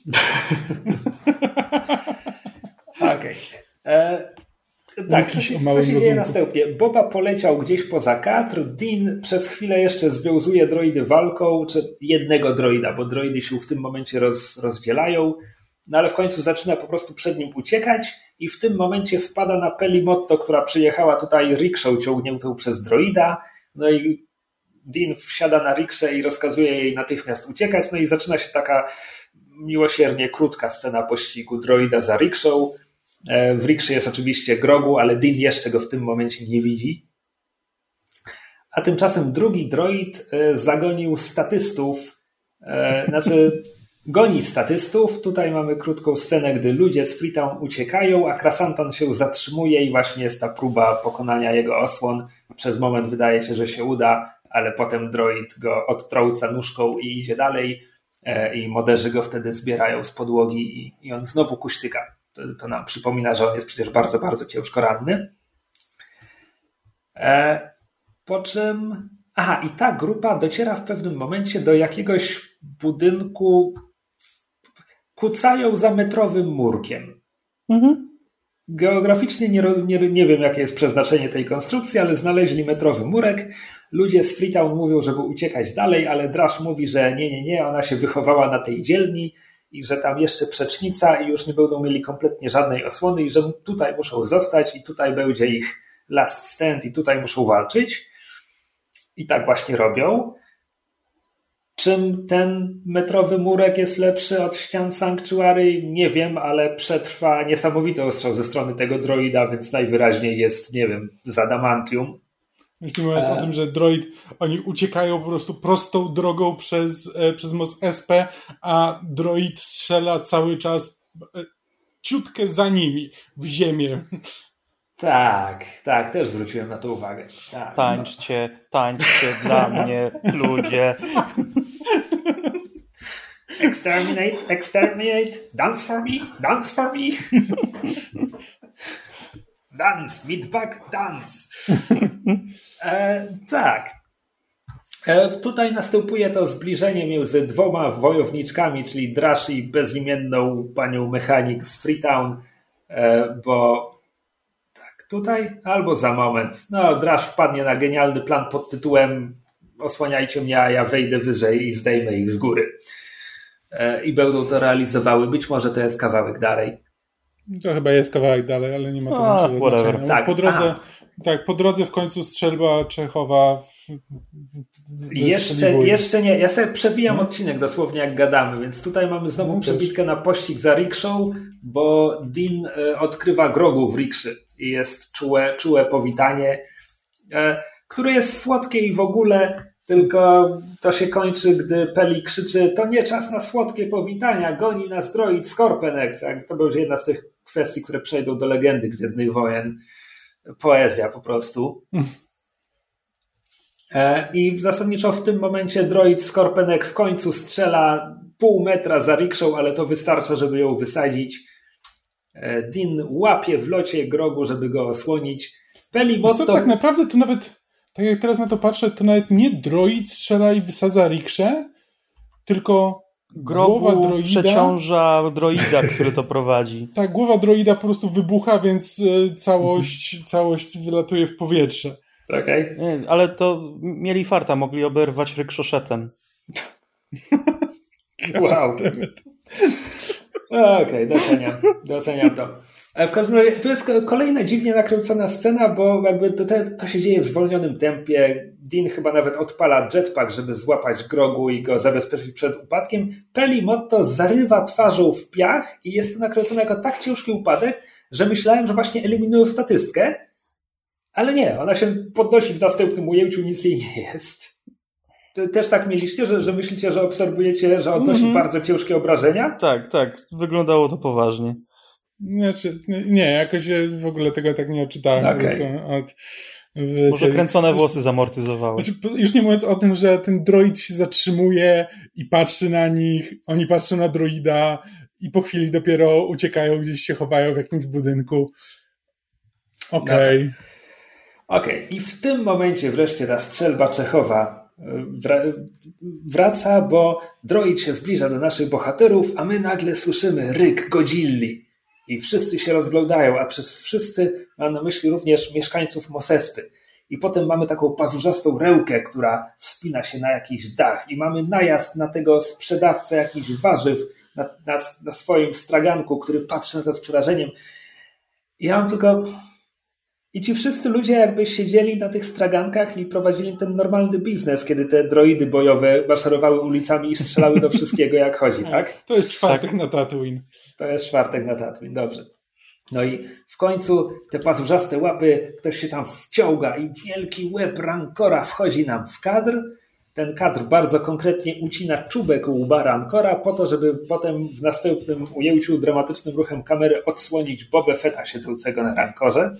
Okej. Tak, co się dzieje następnie? Boba poleciał gdzieś poza kadr, Dean przez chwilę jeszcze związuje droidy walką, czy jednego droida, bo droidy się w tym momencie rozdzielają, no ale w końcu zaczyna po prostu przed nim uciekać i w tym momencie wpada na Peli Motto, która przyjechała tutaj rickshaw ciągniętą przez droida, no i Dean wsiada na rikszę i rozkazuje jej natychmiast uciekać, no i zaczyna się taka miłosiernie krótka scena pościgu droida za rickshaw. W rikszy jest oczywiście Grogu, ale Dean jeszcze go w tym momencie nie widzi. A tymczasem drugi droid zagonił statystów, goni statystów. Tutaj mamy krótką scenę, gdy ludzie z Freetown uciekają, a Krasantan się zatrzymuje i właśnie jest ta próba pokonania jego osłon. Przez moment wydaje się, że się uda, ale potem droid go odtrąca nóżką i idzie dalej i moderzy go wtedy zbierają z podłogi i on znowu kuśtyka. To nam przypomina, że on jest przecież bardzo, bardzo ciężko ranny. Po czym... i ta grupa dociera w pewnym momencie do jakiegoś budynku, kucają za metrowym murkiem. Geograficznie nie wiem, jakie jest przeznaczenie tej konstrukcji, ale znaleźli metrowy murek. Ludzie z Freetown mówią, żeby uciekać dalej, ale Drash mówi, że nie, ona się wychowała na tej dzielni i że tam jeszcze przecznica i już nie będą mieli kompletnie żadnej osłony i że tutaj muszą zostać i tutaj będzie ich last stand i tutaj muszą walczyć. I tak właśnie robią. Czym ten metrowy murek jest lepszy od ścian Sanctuary? Nie wiem, ale przetrwa niesamowity ostrzał ze strony tego droida, więc najwyraźniej jest, nie wiem, z adamantium. Jeśli mówiąc o tym, że oni uciekają po prostu prostą drogą przez most SP, a droid strzela cały czas ciutkę za nimi w ziemię. Tak, też zwróciłem na to uwagę. Tak, tańczcie dla mnie, ludzie. Exterminate, dance for me. Dance, meatbag, dance. Tak. Tutaj następuje to zbliżenie między dwoma wojowniczkami, czyli Drash i bezimienną panią mechanik z Freetown, bo tak, tutaj albo za moment. Drash wpadnie na genialny plan pod tytułem osłaniajcie mnie, a ja wejdę wyżej i zdejmę ich z góry. I będą to realizowały. Być może to jest kawałek dalej. To chyba jest kawałek dalej, ale nie ma to większego znaczenia. Tak. Po drodze w końcu strzelba Czechowa. Jeszcze nie. Ja sobie przewijam odcinek dosłownie jak gadamy, więc tutaj mamy znowu przebitkę na pościg za rikszą, bo Dean odkrywa Grogu w rikszy i jest czułe powitanie, które jest słodkie i w ogóle, tylko to się kończy, gdy Peli krzyczy: to nie czas na słodkie powitania, goni nas droid Skorpenek. To będzie jedna z tych kwestii, które przejdą do legendy Gwiezdnych Wojen. Poezja po prostu. I zasadniczo w tym momencie droid Skorpenek w końcu strzela pół metra za rikszą, ale to wystarcza, żeby ją wysadzić. Dean łapie w locie Grogu, żeby go osłonić. Peli Motto... Tak naprawdę to nawet, tak jak teraz na to patrzę, to nawet nie droid strzela i wysadza rikszę, tylko głowa droida przeciąża droida, który to prowadzi. Tak, głowa droida po prostu wybucha, więc całość wylatuje w powietrze. Okay. Ale to mieli farta, mogli oberwać rykszoszetem. Wow. Okej, doceniam to. W każdym razie tu jest kolejna dziwnie nakręcona scena, bo jakby to się dzieje w zwolnionym tempie. Dean chyba nawet odpala jetpack, żeby złapać Grogu i go zabezpieczyć przed upadkiem. Peli Motto zarywa twarzą w piach i jest to nakręcone jako tak ciężki upadek, że myślałem, że właśnie eliminują statystkę, ale nie, ona się podnosi w następnym ujęciu, nic jej nie jest. Też tak mieliście, że myślicie, że obserwujecie, że odnosi bardzo ciężkie obrażenia? Tak, wyglądało to poważnie. Znaczy, nie, jakoś w ogóle tego tak nie odczytałem. Okay. Może kręcone włosy zamortyzowały. Znaczy, już nie mówiąc o tym, że ten droid się zatrzymuje i patrzy na nich, oni patrzą na droida i po chwili dopiero uciekają, gdzieś się chowają w jakimś budynku. Okej. I w tym momencie wreszcie ta strzelba Czechowa wraca, bo droid się zbliża do naszych bohaterów, a my nagle słyszymy ryk Godzilli. I wszyscy się rozglądają, a przez wszyscy mam na myśli również mieszkańców Mosespy. I potem mamy taką pazurzastą rełkę, która wspina się na jakiś dach. I mamy najazd na tego sprzedawcę jakichś warzyw na swoim straganku, który patrzy na to z przerażeniem. I ja mam tylko... I ci wszyscy ludzie jakby siedzieli na tych stragankach i prowadzili ten normalny biznes, kiedy te droidy bojowe maszerowały ulicami i strzelały do wszystkiego jak chodzi, tak? To jest czwartek na Tatooine. To jest czwartek na Tatooine, dobrze. No i w końcu te pazurzaste łapy, ktoś się tam wciąga i wielki łeb Rancora wchodzi nam w kadr. Ten kadr bardzo konkretnie ucina czubek łba Rancora po to, żeby potem w następnym ujęciu dramatycznym ruchem kamery odsłonić Boba Fetta siedzącego na Rancorze.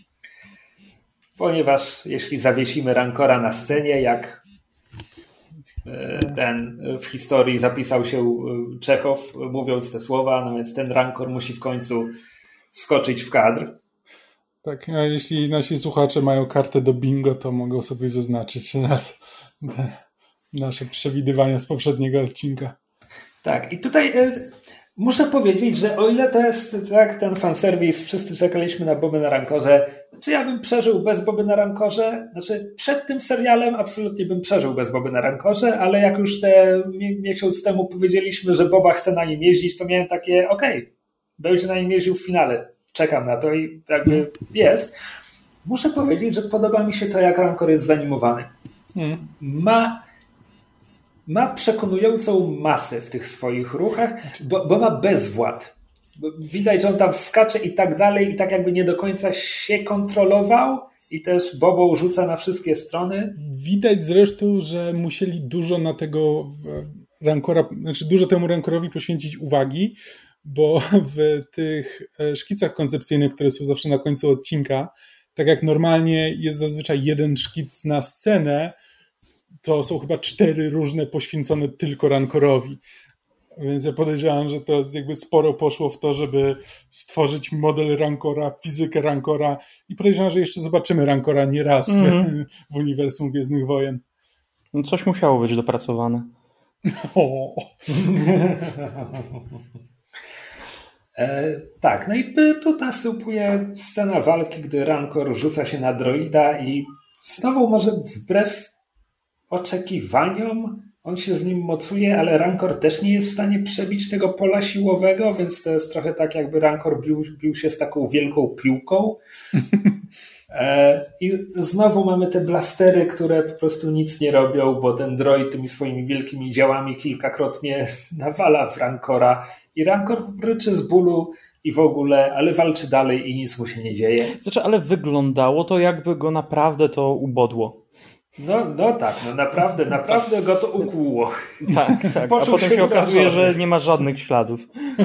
Ponieważ jeśli zawiesimy Rancora na scenie, jak ten w historii zapisał się Czechow, mówiąc te słowa, no więc ten Rancor musi w końcu wskoczyć w kadr. Tak, a jeśli nasi słuchacze mają kartę do bingo, to mogą sobie zaznaczyć nasze przewidywania z poprzedniego odcinka. Tak, i tutaj muszę powiedzieć, że o ile to jest tak ten fanserwis, wszyscy czekaliśmy na Boby na Rancorze, czy ja bym przeżył bez Boby na Rancorze? Znaczy przed tym serialem absolutnie bym przeżył bez Boby na Rancorze, ale jak już miesiąc temu powiedzieliśmy, że Boba chce na nim jeździć, to miałem takie będzie na nim jeździł w finale. Czekam na to i jakby jest. Muszę powiedzieć, że podoba mi się to, jak Rancor jest zanimowany. Ma przekonującą masę w tych swoich ruchach, bo ma bezwład. Widać, że on tam skacze i tak dalej i tak jakby nie do końca się kontrolował i też Bobą rzuca na wszystkie strony. Widać zresztą, że musieli dużo na tego Rancora, znaczy dużo temu Rancorowi poświęcić uwagi, bo w tych szkicach koncepcyjnych, które są zawsze na końcu odcinka, tak jak normalnie jest zazwyczaj jeden szkic na scenę, to są chyba 4 różne poświęcone tylko Rancorowi. Więc ja podejrzewam, że to jakby sporo poszło w to, żeby stworzyć model Rancora, fizykę Rancora i podejrzewam, że jeszcze zobaczymy Rancora nie raz w uniwersum Gwiezdnych Wojen. No coś musiało być dopracowane. Tak, no i tu następuje scena walki, gdy Rancor rzuca się na droida i znowu może wbrew oczekiwaniom on się z nim mocuje, ale Rancor też nie jest w stanie przebić tego pola siłowego, więc to jest trochę tak, jakby Rancor bił się z taką wielką piłką. I znowu mamy te blastery, które po prostu nic nie robią, bo ten droid tymi swoimi wielkimi działami kilkakrotnie nawala w Rancora i Rancor ryczy z bólu i w ogóle, ale walczy dalej i nic mu się nie dzieje. Znaczy, ale wyglądało to, jakby go naprawdę to ubodło. No tak, naprawdę go to ukłuło. Tak. A potem się okazuje, że nie ma żadnych śladów.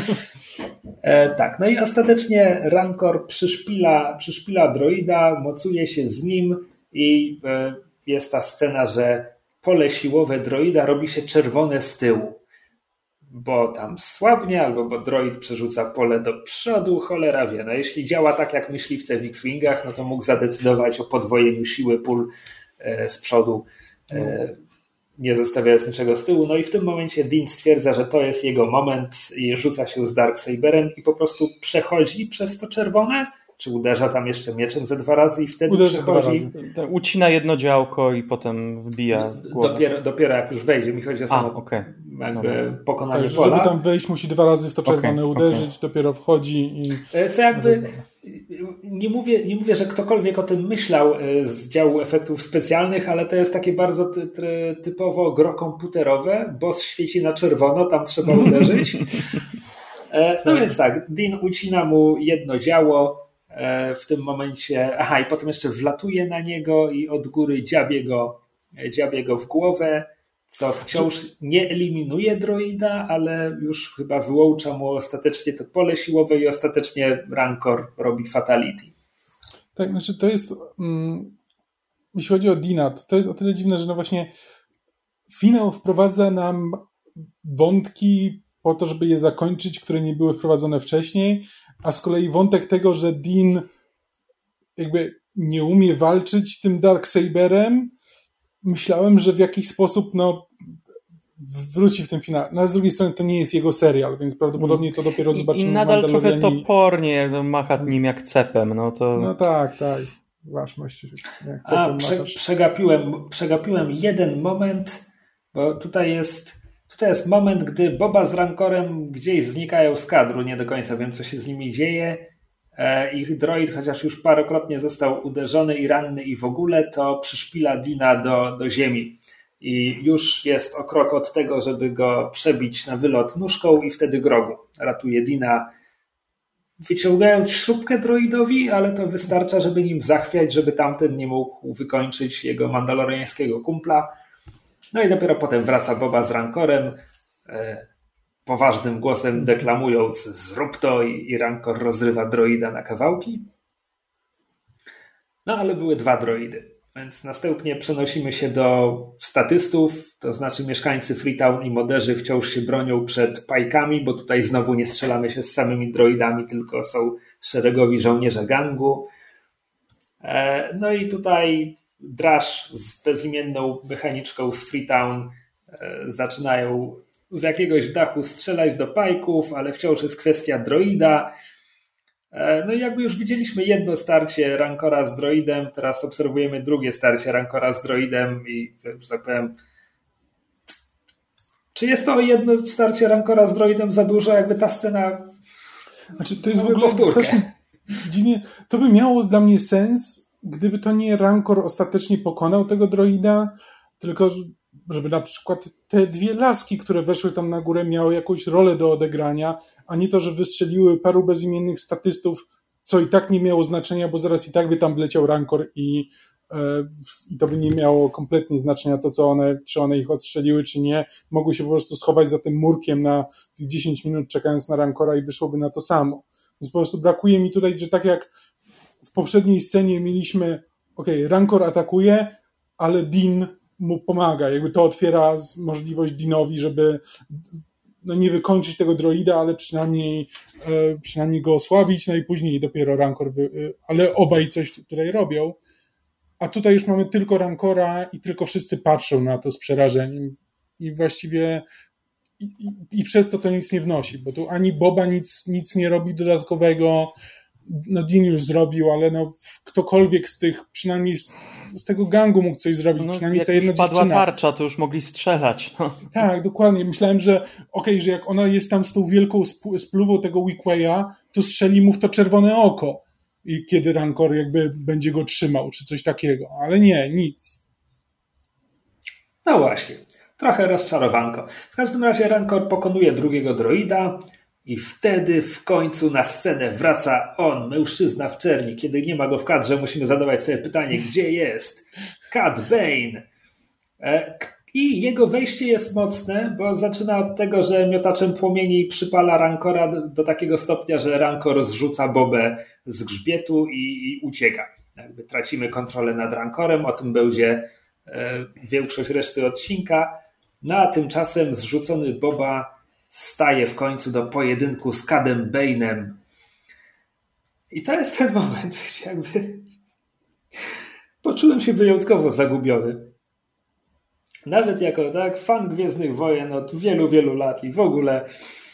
Tak, no i ostatecznie Rancor przyszpila droida, mocuje się z nim i jest ta scena, że pole siłowe droida robi się czerwone z tyłu, bo tam słabnie, albo bo droid przerzuca pole do przodu, cholera wie. No jeśli działa tak jak myśliwce w X-Wingach, no to mógł zadecydować o podwojeniu siły pól z przodu, nie zostawiając niczego z tyłu. No i w tym momencie Dean stwierdza, że to jest jego moment i rzuca się z Darksaberem i po prostu przechodzi przez to czerwone, czy uderza tam jeszcze mieczem ze 2 razy i wtedy przechodzi. Ucina jedno działko i potem wbija głowę. Dopiero jak już wejdzie. Mi chodzi o samo pokonanie tak, pola. Żeby tam wejść, musi 2 razy w to czerwone uderzyć, dopiero wchodzi i... Co jakby... Nie mówię, że ktokolwiek o tym myślał z działu efektów specjalnych, ale to jest takie bardzo typowo gro komputerowe. Boss świeci na czerwono, tam trzeba uderzyć. No więc tak, Dean ucina mu jedno działo w tym momencie. Aha, i potem jeszcze wlatuje na niego i od góry dziabie go w głowę, co wciąż nie eliminuje droida, ale już chyba wyłącza mu ostatecznie to pole siłowe i ostatecznie Rancor robi fatality. Tak, znaczy to jest, jeśli chodzi o Deana, to jest o tyle dziwne, że no właśnie finał wprowadza nam wątki po to, żeby je zakończyć, które nie były wprowadzone wcześniej, a z kolei wątek tego, że Dean jakby nie umie walczyć tym Darksaberem, myślałem, że w jakiś sposób wróci w tym finale. No, a z drugiej strony to nie jest jego serial, więc prawdopodobnie to dopiero zobaczymy. I nadal trochę topornie macha nim jak cepem. No tak. Własność jak cepem przegapiłem jeden moment, bo tutaj jest moment, gdy Boba z Rancorem gdzieś znikają z kadru. Nie do końca wiem, co się z nimi dzieje. Ich droid, chociaż już parokrotnie został uderzony i ranny i w ogóle, to przyszpila Deana do ziemi. I już jest o krok od tego, żeby go przebić na wylot nóżką i wtedy Grogu ratuje Deana, wyciągając śrubkę droidowi, ale to wystarcza, żeby nim zachwiać, żeby tamten nie mógł wykończyć jego mandaloriańskiego kumpla. No i dopiero potem wraca Boba z Rancorem, poważnym głosem deklamując zrób to i Rancor rozrywa droida na kawałki. No ale były 2 droidy, więc następnie przenosimy się do statystów, to znaczy mieszkańcy Freetown i moderzy wciąż się bronią przed pajkami, bo tutaj znowu nie strzelamy się z samymi droidami, tylko są szeregowi żołnierze gangu. No i tutaj Drash z bezimienną mechaniczką z Freetown zaczynają z jakiegoś dachu strzelać do pajków, ale wciąż jest kwestia droida. No i jakby już widzieliśmy jedno starcie Rancora z droidem, teraz obserwujemy drugie starcie Rancora z droidem i, że tak powiem, czy jest to jedno starcie Rancora z droidem za dużo, jakby ta scena... Znaczy, to jest w ogóle strasznie dziwnie. To by miało dla mnie sens, gdyby to nie Rancor ostatecznie pokonał tego droida, tylko żeby na przykład te 2 laski, które weszły tam na górę, miały jakąś rolę do odegrania, a nie to, że wystrzeliły paru bezimiennych statystów, co i tak nie miało znaczenia, bo zaraz i tak by tam wleciał Rancor i i to by nie miało kompletnie znaczenia to, czy one ich odstrzeliły, czy nie. Mogły się po prostu schować za tym murkiem na tych 10 minut, czekając na Rancora i wyszłoby na to samo. Więc po prostu brakuje mi tutaj, że tak jak w poprzedniej scenie mieliśmy, Rancor atakuje, ale Dean mu pomaga. Jakby to otwiera możliwość Deanowi, żeby nie wykończyć tego droida, ale przynajmniej go osłabić, no i później dopiero Rancor, ale obaj coś tutaj robią. A tutaj już mamy tylko Rancora i tylko wszyscy patrzą na to z przerażeniem. I właściwie i przez to nic nie wnosi, bo tu ani Boba nic nie robi dodatkowego, no Dean już zrobił, ale ktokolwiek z tych, przynajmniej z tego gangu mógł coś zrobić, przynajmniej ta jedna dziewczyna. Jak padła tarcza, to już mogli strzelać. No. Tak, dokładnie. Myślałem, że że jak ona jest tam z tą wielką spluwą tego Wickwaya, to strzeli mu w to czerwone oko, i kiedy Rancor jakby będzie go trzymał, czy coś takiego. Ale nie, nic. No właśnie. Trochę rozczarowanko. W każdym razie Rancor pokonuje drugiego droida i wtedy w końcu na scenę wraca on, mężczyzna w czerni. Kiedy nie ma go w kadrze, musimy zadawać sobie pytanie, gdzie jest Cad Bane. I jego wejście jest mocne, bo zaczyna od tego, że miotaczem płomieni przypala Rancora do takiego stopnia, że Rancor zrzuca Bobę z grzbietu i ucieka. Jakby tracimy kontrolę nad Rancorem, o tym będzie większość reszty odcinka. No a tymczasem zrzucony Boba staje w końcu do pojedynku z Cadem Bane'em. I to jest ten moment, jakby poczułem się wyjątkowo zagubiony. Nawet jako fan Gwiezdnych Wojen od wielu, wielu lat i w ogóle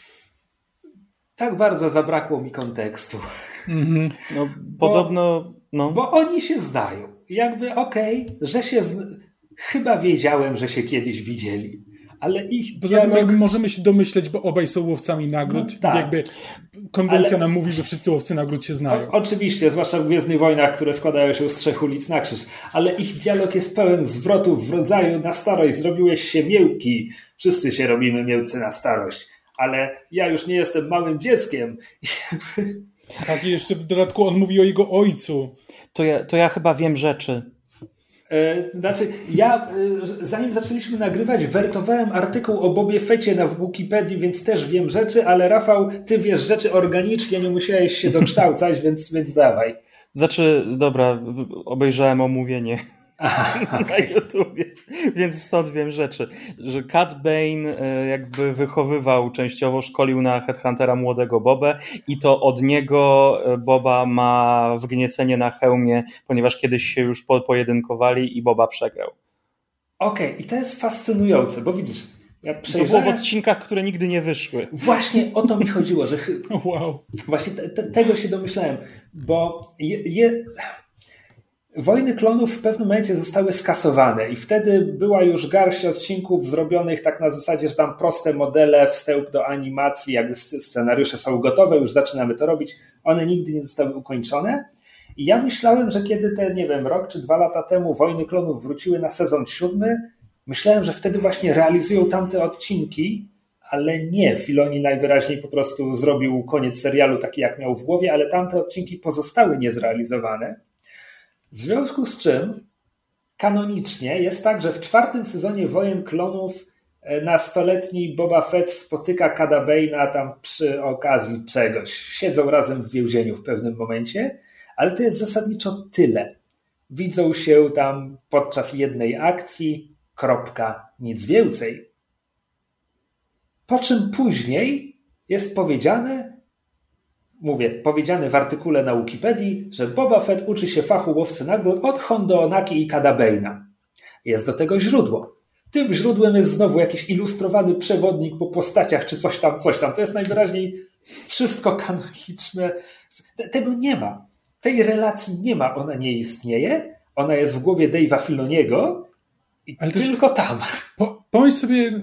tak bardzo zabrakło mi kontekstu. Mm-hmm. No, podobno... Bo oni się znają. Jakby że się... Chyba wiedziałem, że się kiedyś widzieli. Ale ich dialog... Możemy się domyśleć, bo obaj są łowcami nagród. No, tak. Jakby konwencja nam mówi, że wszyscy łowcy nagród się znają. Oczywiście, zwłaszcza w Gwiezdnych Wojnach, które składają się z 3 ulic na krzyż. Ale ich dialog jest pełen zwrotów w rodzaju: na starość zrobiłeś się miękki. Wszyscy się robimy miękcy na starość. Ale ja już nie jestem małym dzieckiem. Tak, i jeszcze w dodatku on mówi o jego ojcu. To ja chyba wiem rzeczy. Znaczy, ja zanim zaczęliśmy nagrywać, wertowałem artykuł o Bobie Fetcie na Wikipedii, więc też wiem rzeczy, ale Rafał, ty wiesz rzeczy organicznie, nie musiałeś się dokształcać, więc dawaj. Znaczy, dobra, obejrzałem omówienie na YouTubie, więc stąd wiem rzeczy. Że Cad Bane jakby wychowywał, częściowo szkolił na Headhuntera młodego Bobę i to od niego Boba ma wgniecenie na hełmie, ponieważ kiedyś się już pojedynkowali i Boba przegrał. Okej, i to jest fascynujące, bo widzisz, ja to było w odcinkach, które nigdy nie wyszły. Właśnie o to mi chodziło, że wow. Właśnie tego się domyślałem, bo Wojny Klonów w pewnym momencie zostały skasowane i wtedy była już garść odcinków zrobionych tak na zasadzie, że tam proste modele, wstęp do animacji, jakby scenariusze są gotowe, już zaczynamy to robić. One nigdy nie zostały ukończone. I ja myślałem, że kiedy te, rok czy 2 lata temu Wojny Klonów wróciły na sezon 7, myślałem, że wtedy właśnie realizują tamte odcinki, ale nie. Filoni najwyraźniej po prostu zrobił koniec serialu taki, jak miał w głowie, ale tamte odcinki pozostały niezrealizowane. W związku z czym kanonicznie jest tak, że w 4. sezonie Wojen Klonów na 100-letni Boba Fett spotyka Cada Bane'a tam przy okazji czegoś. Siedzą razem w więzieniu w pewnym momencie, ale to jest zasadniczo tyle. Widzą się tam podczas jednej akcji, kropka, nic więcej. Po czym później jest powiedziane w artykule na Wikipedii, że Boba Fett uczy się fachu łowcy nagród od Hondo Onaki i Cada Bane'a. Jest do tego źródło. Tym źródłem jest znowu jakiś ilustrowany przewodnik po postaciach, czy coś tam. To jest najwyraźniej wszystko kanoniczne. Tego nie ma. Tej relacji nie ma. Ona nie istnieje. Ona jest w głowie Dave'a Filoniego i ale tylko tam. Pomyśl sobie...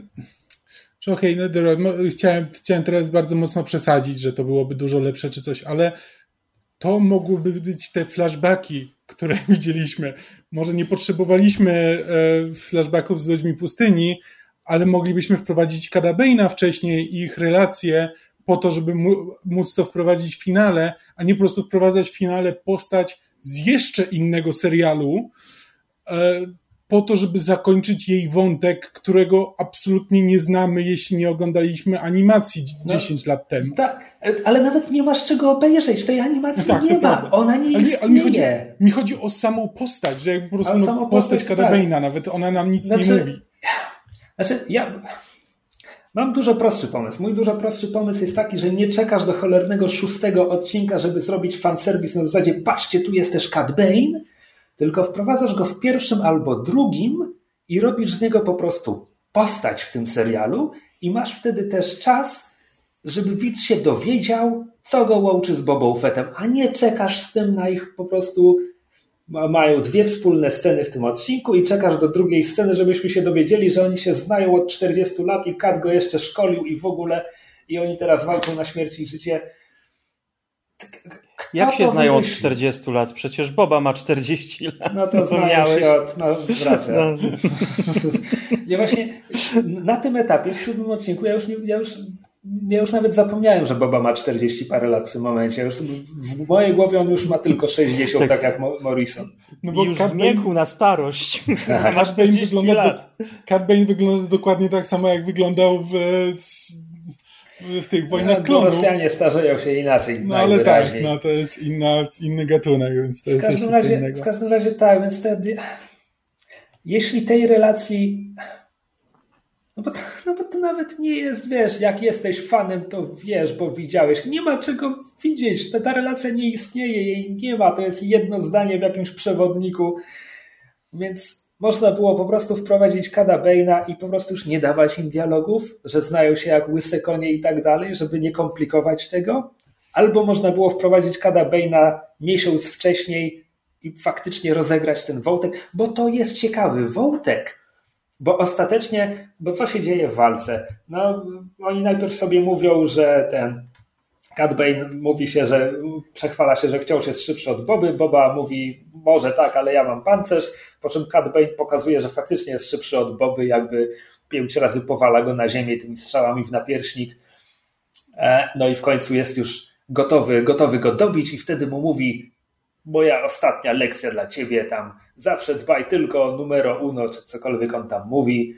Chciałem teraz bardzo mocno przesadzić, że to byłoby dużo lepsze czy coś, ale to mogłyby być te flashbacki, które widzieliśmy. Może nie potrzebowaliśmy flashbacków z Ludźmi Pustyni, ale moglibyśmy wprowadzić Cada Bane'a wcześniej i ich relacje po to, żeby móc to wprowadzić w finale, a nie po prostu wprowadzać w finale postać z jeszcze innego serialu, po to, żeby zakończyć jej wątek, którego absolutnie nie znamy, jeśli nie oglądaliśmy animacji 10 lat temu. Tak, ale nawet nie masz czego obejrzeć, tej animacji nie ma, ona nie istnieje. Mi chodzi o samą postać, że po prostu postać Cada Bane'a, nawet ona nam nic nie mówi. Ja mam dużo prostszy pomysł. Mój dużo prostszy pomysł jest taki, że nie czekasz do cholernego 6. odcinka, żeby zrobić fanserwis na zasadzie patrzcie, tu jest też Cad Bane, tylko wprowadzasz go w 1. albo 2. i robisz z niego po prostu postać w tym serialu i masz wtedy też czas, żeby widz się dowiedział, co go łączy z Bobą Fettem, a nie czekasz z tym na ich po prostu... Mają 2 wspólne sceny w tym odcinku i czekasz do drugiej sceny, żebyśmy się dowiedzieli, że oni się znają od 40 lat i Kat go jeszcze szkolił i w ogóle i oni teraz walczą na śmierć i życie. Jak się znają od 40 lat? Przecież Boba ma 40 lat. No to znają się od... Wraca. No. Ja właśnie na tym etapie, w 7. odcinku, ja już nawet zapomniałem, że Boba ma 40 parę lat w tym momencie. W mojej głowie on już ma tylko 60, tak jak Morrison. No bo już zmiękł na starość. Tak. Cad Bane wygląda dokładnie tak samo, jak wyglądał w tych wojnach klonów. Rosjanie starzeją się inaczej. No ale tak, to jest inny gatunek, więc to jest jeszcze co innego. W każdym razie tak, więc jeśli tej relacji... No bo to nawet nie jest, wiesz, jak jesteś fanem, to wiesz, bo widziałeś. Nie ma czego widzieć, ta relacja nie istnieje, jej nie ma, to jest jedno zdanie w jakimś przewodniku, więc można było po prostu wprowadzić Cada Bane'a i po prostu już nie dawać im dialogów, że znają się jak łyse konie i tak dalej, żeby nie komplikować tego, albo można było wprowadzić Cada Bane'a miesiąc wcześniej i faktycznie rozegrać ten wątek, bo to jest ciekawy wątek. Bo ostatecznie, co się dzieje w walce? No, oni najpierw sobie mówią, że Cad Bane mówi się, że przechwala się, że wciąż jest szybszy od Boby. Boba mówi, może tak, ale ja mam pancerz. Po czym Cad Bane pokazuje, że faktycznie jest szybszy od Boby, jakby 5 razy powala go na ziemię tymi strzałami w napierśnik. No i w końcu jest już gotowy go dobić i wtedy mu mówi, moja ostatnia lekcja dla ciebie, tam zawsze dbaj tylko o numero uno, czy cokolwiek on tam mówi.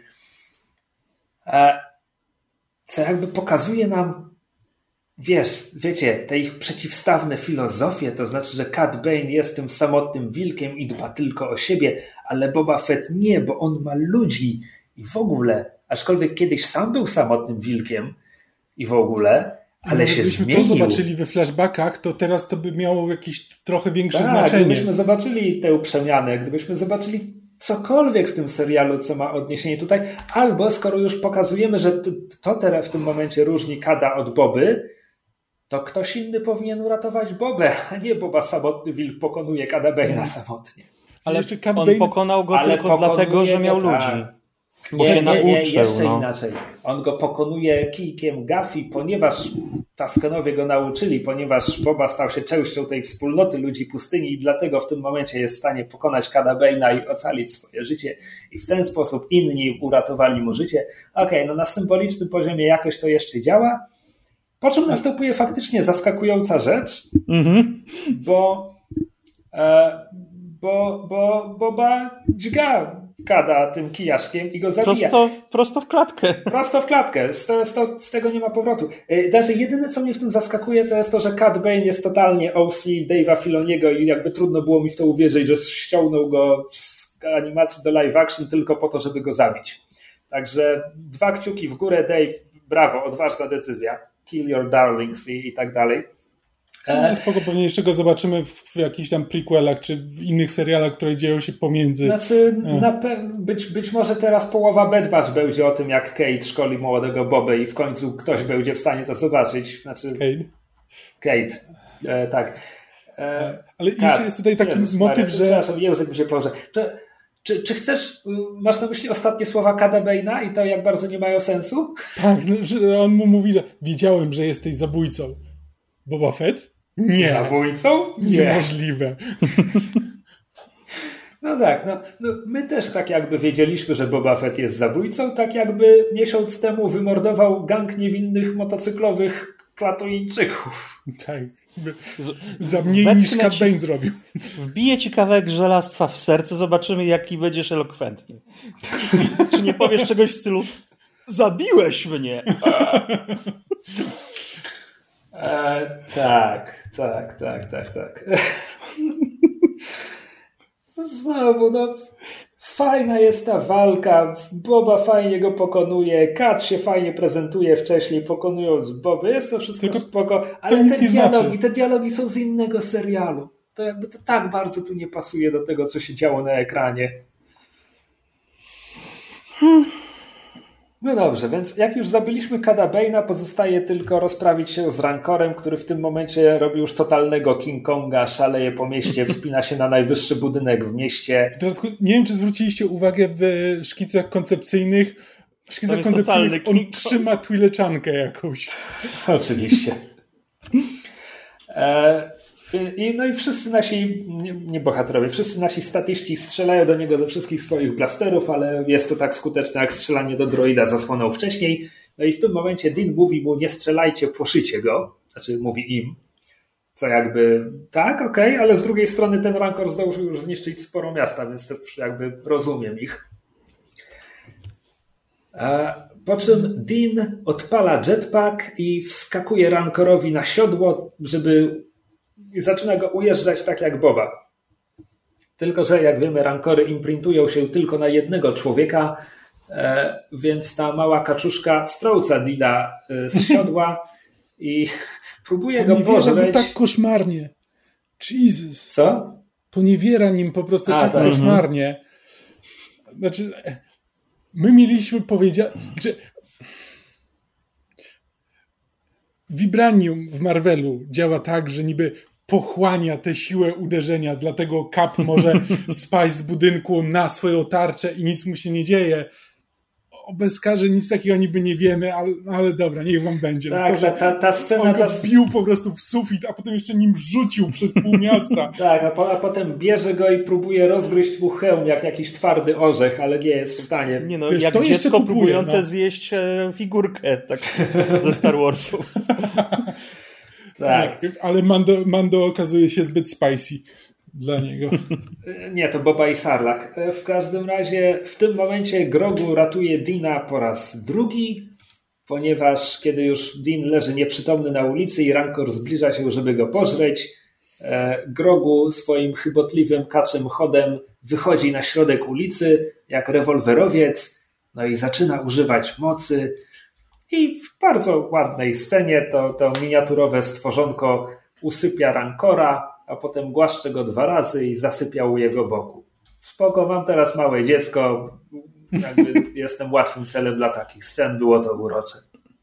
Co jakby pokazuje nam, wiecie, te ich przeciwstawne filozofie, to znaczy, że Cad Bane jest tym samotnym wilkiem i dba tylko o siebie, ale Boba Fett nie, bo on ma ludzi i w ogóle, aczkolwiek kiedyś sam był samotnym wilkiem i w ogóle, ale się zmienił. Gdybyśmy to zobaczyli we flashbackach, to teraz to by miało jakieś trochę większe znaczenie. Gdybyśmy zobaczyli tę przemianę, gdybyśmy zobaczyli cokolwiek w tym serialu, co ma odniesienie tutaj, albo skoro już pokazujemy, że to teraz w tym momencie różni Cada od Boby, to ktoś inny powinien uratować Bobę, a nie Boba samotny wilk pokonuje Cada Bane'a samotnie. Ale jeszcze on pokonał go tylko dlatego, że miał ludzi. Jeszcze inaczej. On go pokonuje kijkiem Gafi, ponieważ Taskenowie go nauczyli, ponieważ Boba stał się częścią tej wspólnoty ludzi pustyni i dlatego w tym momencie jest w stanie pokonać Cada Bane'a i ocalić swoje życie i w ten sposób inni uratowali mu życie. Okej, no na symbolicznym poziomie jakoś to jeszcze działa, po czym następuje faktycznie zaskakująca rzecz, bo Boba dźga Cada tym kijaszkiem i go zabija. Prosto w klatkę. Prosto w klatkę. Z tego nie ma powrotu. Znaczy, jedyne, co mnie w tym zaskakuje, to jest to, że Cad Bane jest totalnie OC Dave'a Filoniego i jakby trudno było mi w to uwierzyć, że ściągnął go z animacji do live action tylko po to, żeby go zabić. Także 2 kciuki w górę, Dave, brawo, odważna decyzja. Kill your darlings i tak dalej. Spoko, pewnie jeszcze go zobaczymy w jakichś tam prequelach, czy w innych serialach, które dzieją się pomiędzy. Znaczy, być może teraz połowa Bad Batch będzie o tym, jak Kate szkoli młodego Bobę i w końcu ktoś będzie w stanie to zobaczyć. Znaczy, Kate. Tak. Ale jeszcze jest tutaj taki motyw, że... Przepraszam, język mi się położy. Czy chcesz, masz na myśli ostatnie słowa Cada Bane'a i to, jak bardzo nie mają sensu? Tak, że on mu mówi, że wiedziałem, że jesteś zabójcą. Boba Fett? Nie. Zabójcą? Niemożliwe. No tak, no my też tak jakby wiedzieliśmy, że Boba Fett jest zabójcą, tak jakby miesiąc temu wymordował gang niewinnych motocyklowych klatoińczyków. Tak. Za mniej niż Cad Bane zrobił. Wbije ci kawałek żelastwa w serce, zobaczymy, jaki będziesz elokwentny. Czy nie powiesz czegoś w stylu zabiłeś mnie! Tak. Znowu, fajna jest ta walka, Boba fajnie go pokonuje, Kat się fajnie prezentuje wcześniej, pokonując Boba, jest to wszystko tylko spoko, ale te dialogi są z innego serialu. To jakby to tak bardzo tu nie pasuje do tego, co się działo na ekranie. No dobrze, więc jak już zabiliśmy Cada Bane'a, pozostaje tylko rozprawić się z Rancorem, który w tym momencie robi już totalnego King Konga, szaleje po mieście, wspina się na najwyższy budynek w mieście. W dodatku, nie wiem, czy zwróciliście uwagę w szkicach koncepcyjnych. W szkicach koncepcyjnych on trzyma Twileczankę jakąś. Oczywiście. No i wszyscy nasi, nie bohaterowie, wszyscy nasi statyści strzelają do niego ze wszystkich swoich blasterów, ale jest to tak skuteczne jak strzelanie do droida zasłoną wcześniej. No i w tym momencie Dean mówi mu, nie strzelajcie, płoszycie go. Znaczy mówi im, co jakby tak, okej, ale z drugiej strony ten Rancor zdążył już zniszczyć sporo miasta, więc to jakby rozumiem ich. Po czym Dean odpala jetpack i wskakuje Rancorowi na siodło, i zaczyna go ujeżdżać tak jak Boba. Tylko że jak wiemy, Rancory imprintują się tylko na jednego człowieka, więc ta mała kaczuszka strąca Deana z siodła i próbuje go pożreć. Tak koszmarnie. Jesus. Co? Poniewiera nim po prostu tak koszmarnie. Znaczy, my mieliśmy powiedzieć, że Vibranium w Marvelu działa tak, że niby pochłania tę siłę uderzenia, dlatego Cap może spaść z budynku na swoją tarczę i nic mu się nie dzieje. O Beskarze nic takiego niby nie wiemy, ale dobra, niech wam będzie. Tak, to, ta scena... On go bił po prostu w sufit, a potem jeszcze nim rzucił przez pół miasta. Tak, a potem bierze go i próbuje rozgryźć mu hełm jak jakiś twardy orzech, ale nie jest w stanie. Nie no, wiesz, jak dziecko próbujące zjeść figurkę tak, ze Star Warsu. Tak. Ale Mando okazuje się zbyt spicy dla niego. Nie, to Boba i Sarlacc. W każdym razie w tym momencie Grogu ratuje Deana po raz drugi, ponieważ kiedy już Dean leży nieprzytomny na ulicy i Rancor zbliża się, żeby go pożreć, Grogu swoim chybotliwym kaczym chodem wychodzi na środek ulicy jak rewolwerowiec, no i zaczyna używać mocy. I w bardzo ładnej scenie to miniaturowe stworzonko usypia Rancora, a potem głaszcze go 2 razy i zasypia u jego boku. Spoko, mam teraz małe dziecko, jakby jestem łatwym celem dla takich scen, było to urocze.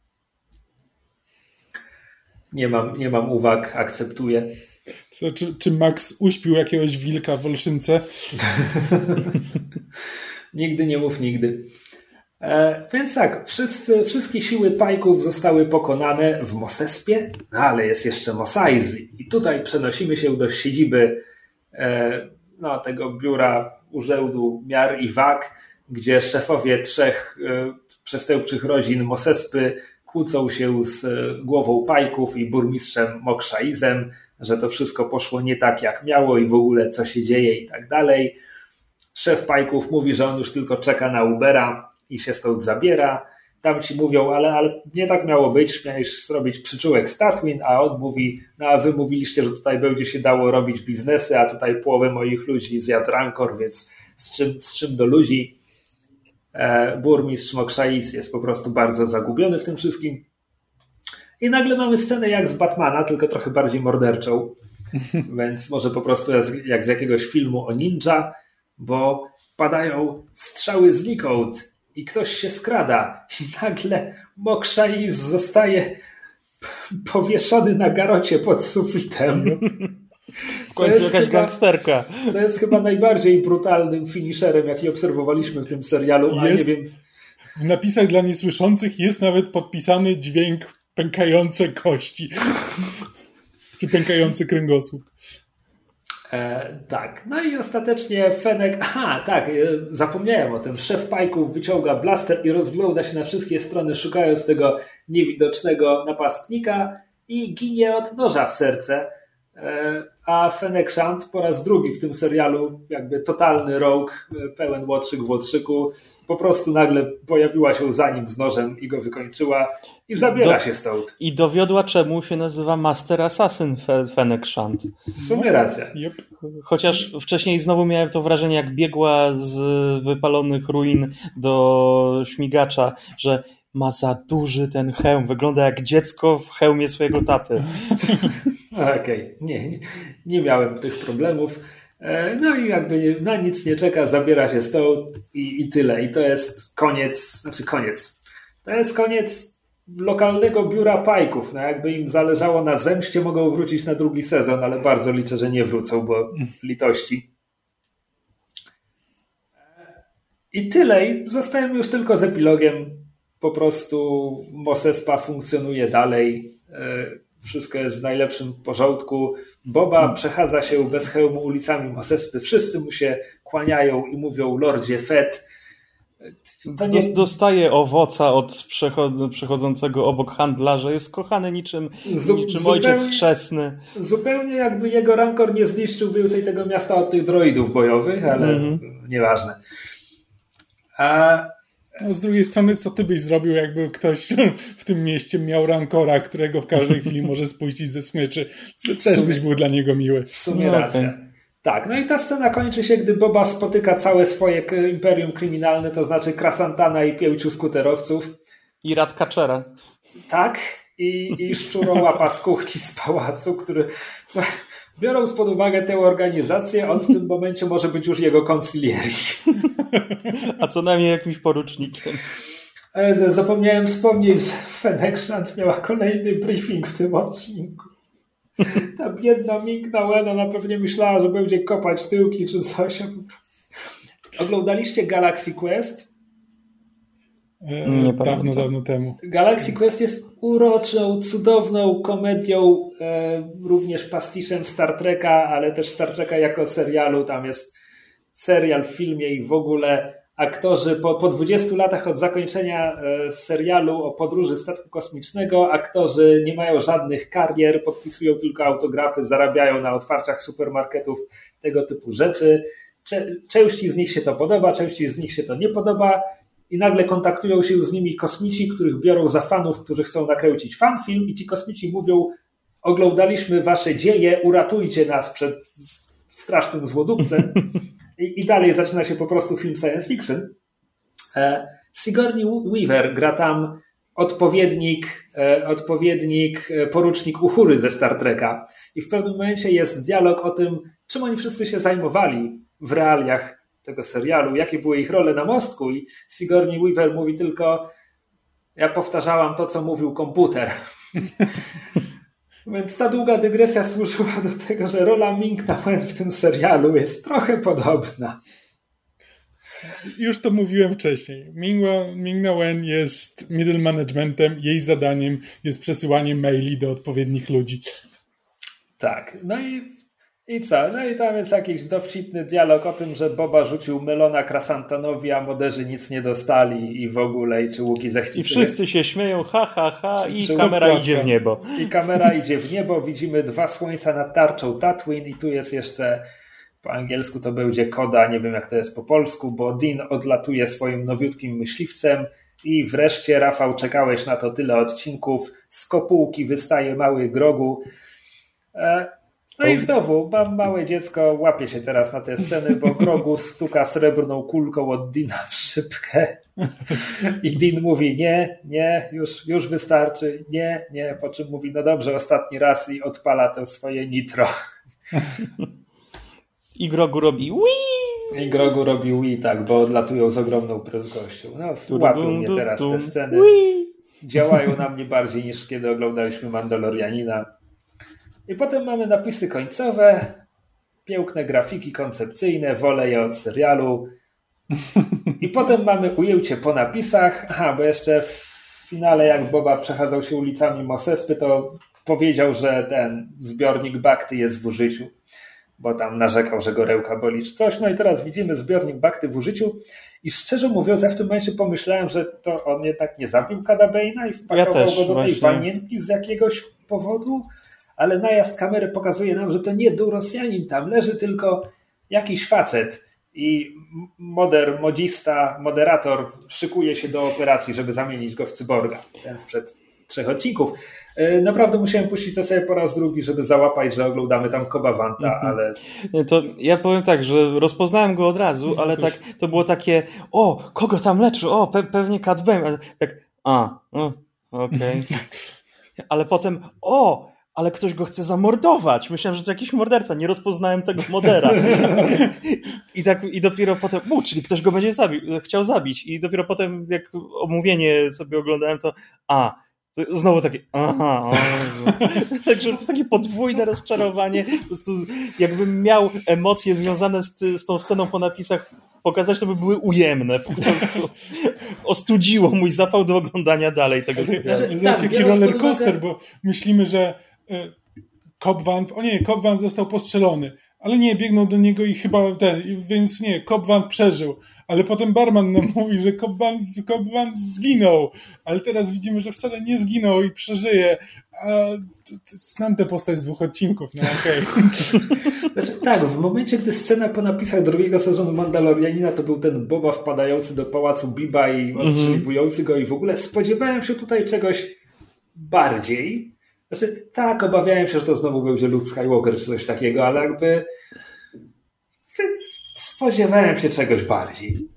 Nie mam uwag, akceptuję. Czy Max uśpił jakiegoś wilka w Olszynce? Nigdy nie mów nigdy. Więc tak, wszystkie siły Pike'ów zostały pokonane w Mos-Espie, no ale jest jeszcze Mos Eisley. I tutaj przenosimy się do siedziby tego biura Urzędu Miar i Wag, gdzie szefowie 3 przestępczych rodzin Mos-Espy kłócą się z głową Pike'ów i burmistrzem Mok-Shaizem, że to wszystko poszło nie tak jak miało i w ogóle co się dzieje i tak dalej. Szef Pike'ów mówi, że on już tylko czeka na Ubera i się stąd zabiera. Tam ci mówią, ale nie tak miało być, miałeś zrobić przyczółek z Tatooine, a on mówi, no a wy mówiliście, że tutaj będzie się dało robić biznesy, a tutaj połowę moich ludzi zjadł Rancor, więc z czym do ludzi? Burmistrz Mok-Shaiz jest po prostu bardzo zagubiony w tym wszystkim. I nagle mamy scenę jak z Batmana, tylko trochę bardziej morderczą, więc może po prostu jak z jakiegoś filmu o ninja, bo padają strzały znikąd i ktoś się skrada i nagle Mok-Shaiz zostaje powieszony na garocie pod sufitem. W końcu jakaś gangsterka. Co jest chyba najbardziej brutalnym finisherem, jaki obserwowaliśmy w tym serialu. A nie wiem. W napisach dla niesłyszących jest nawet podpisany dźwięk pękające kości. Czy pękający kręgosłup. Tak, no i ostatecznie Fennec, zapomniałem o tym, szef Pike'ów wyciąga blaster i rozgląda się na wszystkie strony, szukając tego niewidocznego napastnika i ginie od noża w serce. A Fennec Shand po raz drugi w tym serialu, jakby totalny rogue, pełen łotrzyk w łotrzyku, po prostu nagle pojawiła się za nim z nożem i go wykończyła i zabiera się stąd. I dowiodła, czemu się nazywa Master Assassin Fennec Shand. W sumie racja. Chociaż wcześniej znowu miałem to wrażenie, jak biegła z wypalonych ruin do śmigacza, że ma za duży ten hełm. Wygląda jak dziecko w hełmie swojego taty. Okej. Nie miałem tych problemów. No i jakby na nic nie czeka, zabiera się stąd i tyle. I to jest koniec. To jest koniec lokalnego biura Pike'ów. No jakby im zależało na zemście, mogą wrócić na drugi sezon, ale bardzo liczę, że nie wrócą, bo litości. I tyle. I zostałem już tylko z epilogiem. Po prostu Mos Espa funkcjonuje dalej. Wszystko jest w najlepszym porządku. Boba przechadza się bez hełmu ulicami Mos Espy. Wszyscy mu się kłaniają i mówią Lordzie Fett. Dostaje owoca od przechodzącego obok handlarza. Jest kochany niczym ojciec chrzestny. Zupełnie jakby jego rancor nie zniszczył więcej tego miasta od tych droidów bojowych, ale nieważne. No, z drugiej strony, co ty byś zrobił, jakby ktoś w tym mieście miał rancora, którego w każdej chwili może spuścić ze smyczy? Też byś był dla niego miły. W sumie racja. Tak, no i ta scena kończy się, gdy Boba spotyka całe swoje imperium kryminalne, to znaczy Krasantana i 5 skuterowców. I Ratcatchera. Tak, i szczurołapa z kuchni z pałacu, który... Biorąc pod uwagę tę organizację, on w tym momencie może być już jego konsylieri. A co najmniej jakimś porucznikiem. Zapomniałem wspomnieć, że Fennec Shand miała kolejny briefing w tym odcinku. Ta biedna Ming-Na Wen, ona pewnie myślała, że będzie kopać tyłki czy coś. Oglądaliście Galaxy Quest? Dawno temu. Galaxy Quest jest uroczą, cudowną komedią, również pastiszem Star Treka, ale też Star Treka jako serialu. Tam jest serial w filmie i w ogóle aktorzy po 20 latach od zakończenia serialu o podróży statku kosmicznego, aktorzy nie mają żadnych karier, podpisują tylko autografy, zarabiają na otwarciach supermarketów, tego typu rzeczy. Części z nich się to podoba, części z nich się to nie podoba. I nagle kontaktują się z nimi kosmici, których biorą za fanów, którzy chcą nakręcić fanfilm i ci kosmici mówią: oglądaliśmy wasze dzieje, uratujcie nas przed strasznym złodupcem. I dalej zaczyna się po prostu film science fiction. Sigourney Weaver gra tam odpowiednik porucznik Uhury ze Star Treka. I w pewnym momencie jest dialog o tym, czym oni wszyscy się zajmowali w realiach tego serialu, jakie były ich role na mostku, i Sigourney Weaver mówi tylko: ja powtarzałam to, co mówił komputer. Więc ta długa dygresja służyła do tego, że rola Ming-Na Wen w tym serialu jest trochę podobna. Już to mówiłem wcześniej. Ming-Na Wen jest middle managementem, jej zadaniem jest przesyłanie maili do odpowiednich ludzi. Tak, no i co? No i tam jest jakiś dowcipny dialog o tym, że Boba rzucił melona Krasantanowi, a moderzy nic nie dostali i w ogóle, i czy Łuki zechci. I wszyscy się śmieją, i kamera idzie w niebo. I kamera idzie w niebo, widzimy 2 słońca nad tarczą Tatooine i tu jest jeszcze, po angielsku to będzie koda, nie wiem jak to jest po polsku, bo Din odlatuje swoim nowiutkim myśliwcem i wreszcie, Rafał, czekałeś na to tyle odcinków, z kopułki wystaje mały Grogu. No i znowu, mam małe dziecko, łapię się teraz na te sceny, bo Grogu stuka srebrną kulką od Dina w szybkę i Din mówi: nie, już wystarczy, nie, po czym mówi: no dobrze, ostatni raz, i odpala to swoje nitro. I Grogu robi wii! I Grogu robi wii, tak, bo odlatują z ogromną prędkością. No, łapią mnie teraz te sceny. Działają na mnie bardziej niż kiedy oglądaliśmy Mandalorianina. I potem mamy napisy końcowe, piękne grafiki koncepcyjne, wolę je od serialu. I potem mamy ujęcie po napisach. Aha, bo jeszcze w finale, jak Boba przechadzał się ulicami Mos Espy, to powiedział, że ten zbiornik Bacty jest w użyciu, bo tam narzekał, że go rełka boli czy coś. No i teraz widzimy zbiornik Bacty w użyciu I szczerze mówiąc, ja w tym momencie pomyślałem, że to on jednak nie zabił Cada Bane'a i wpakował go do tej wanienki z jakiegoś powodu, ale najazd kamery pokazuje nam, że to nie był Rosjanin, tam leży tylko jakiś facet i moderator szykuje się do operacji, żeby zamienić go w cyborga, ten sprzed 3 odcinków. Naprawdę musiałem puścić to sobie po raz drugi, żeby załapać, że oglądamy tam Coba Vanta, ale... To ja powiem tak, że rozpoznałem go od razu, ale tak, to było takie, kogo tam leczy? Pewnie Cad Bane. Tak, okej. Ale potem, ale ktoś go chce zamordować. Myślałem, że to jakiś morderca. Nie rozpoznałem tego modera. I dopiero potem, czyli ktoś go będzie chciał zabić. I dopiero potem, jak omówienie sobie oglądałem, to znowu takie, Także takie podwójne rozczarowanie. Po prostu jakbym miał emocje związane z tą sceną po napisach pokazać, to by były ujemne. Po prostu ostudziło mój zapał do oglądania dalej tego serialu. Taki roller coaster, bo myślimy, że Cobb Vanth został postrzelony, ale nie, biegną do niego i chyba więc nie, Cobb Vanth przeżył. Ale potem barman nam mówi, że Cobb Vanth zginął, ale teraz widzimy, że wcale nie zginął i przeżyje. Znam tę postać z 2 odcinków, okej. Znaczy, tak, w momencie, gdy scena po napisach 2. sezonu Mandalorianina to był ten Boba wpadający do pałacu Biba i ostrzeliwujący go i w ogóle spodziewałem się tutaj czegoś bardziej. Znaczy, tak, obawiałem się, że to znowu będzie Luke Skywalker czy coś takiego, ale jakby spodziewałem się czegoś bardziej.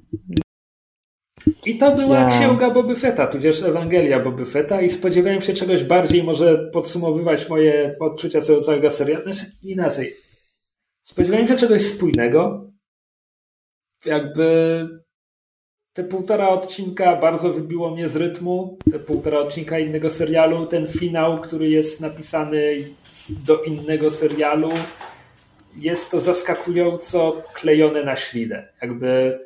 I to była księga Boby Fetta, tudzież Ewangelia Boby Fetta i spodziewałem się czegoś bardziej, może podsumowywać moje odczucia co do całego serialu. Znaczy, inaczej. Spodziewałem się czegoś spójnego. Jakby te 1,5 odcinka bardzo wybiło mnie z rytmu. Te 1,5 odcinka innego serialu. Ten finał, który jest napisany do innego serialu. Jest to zaskakująco klejone na ślinę. Jakby...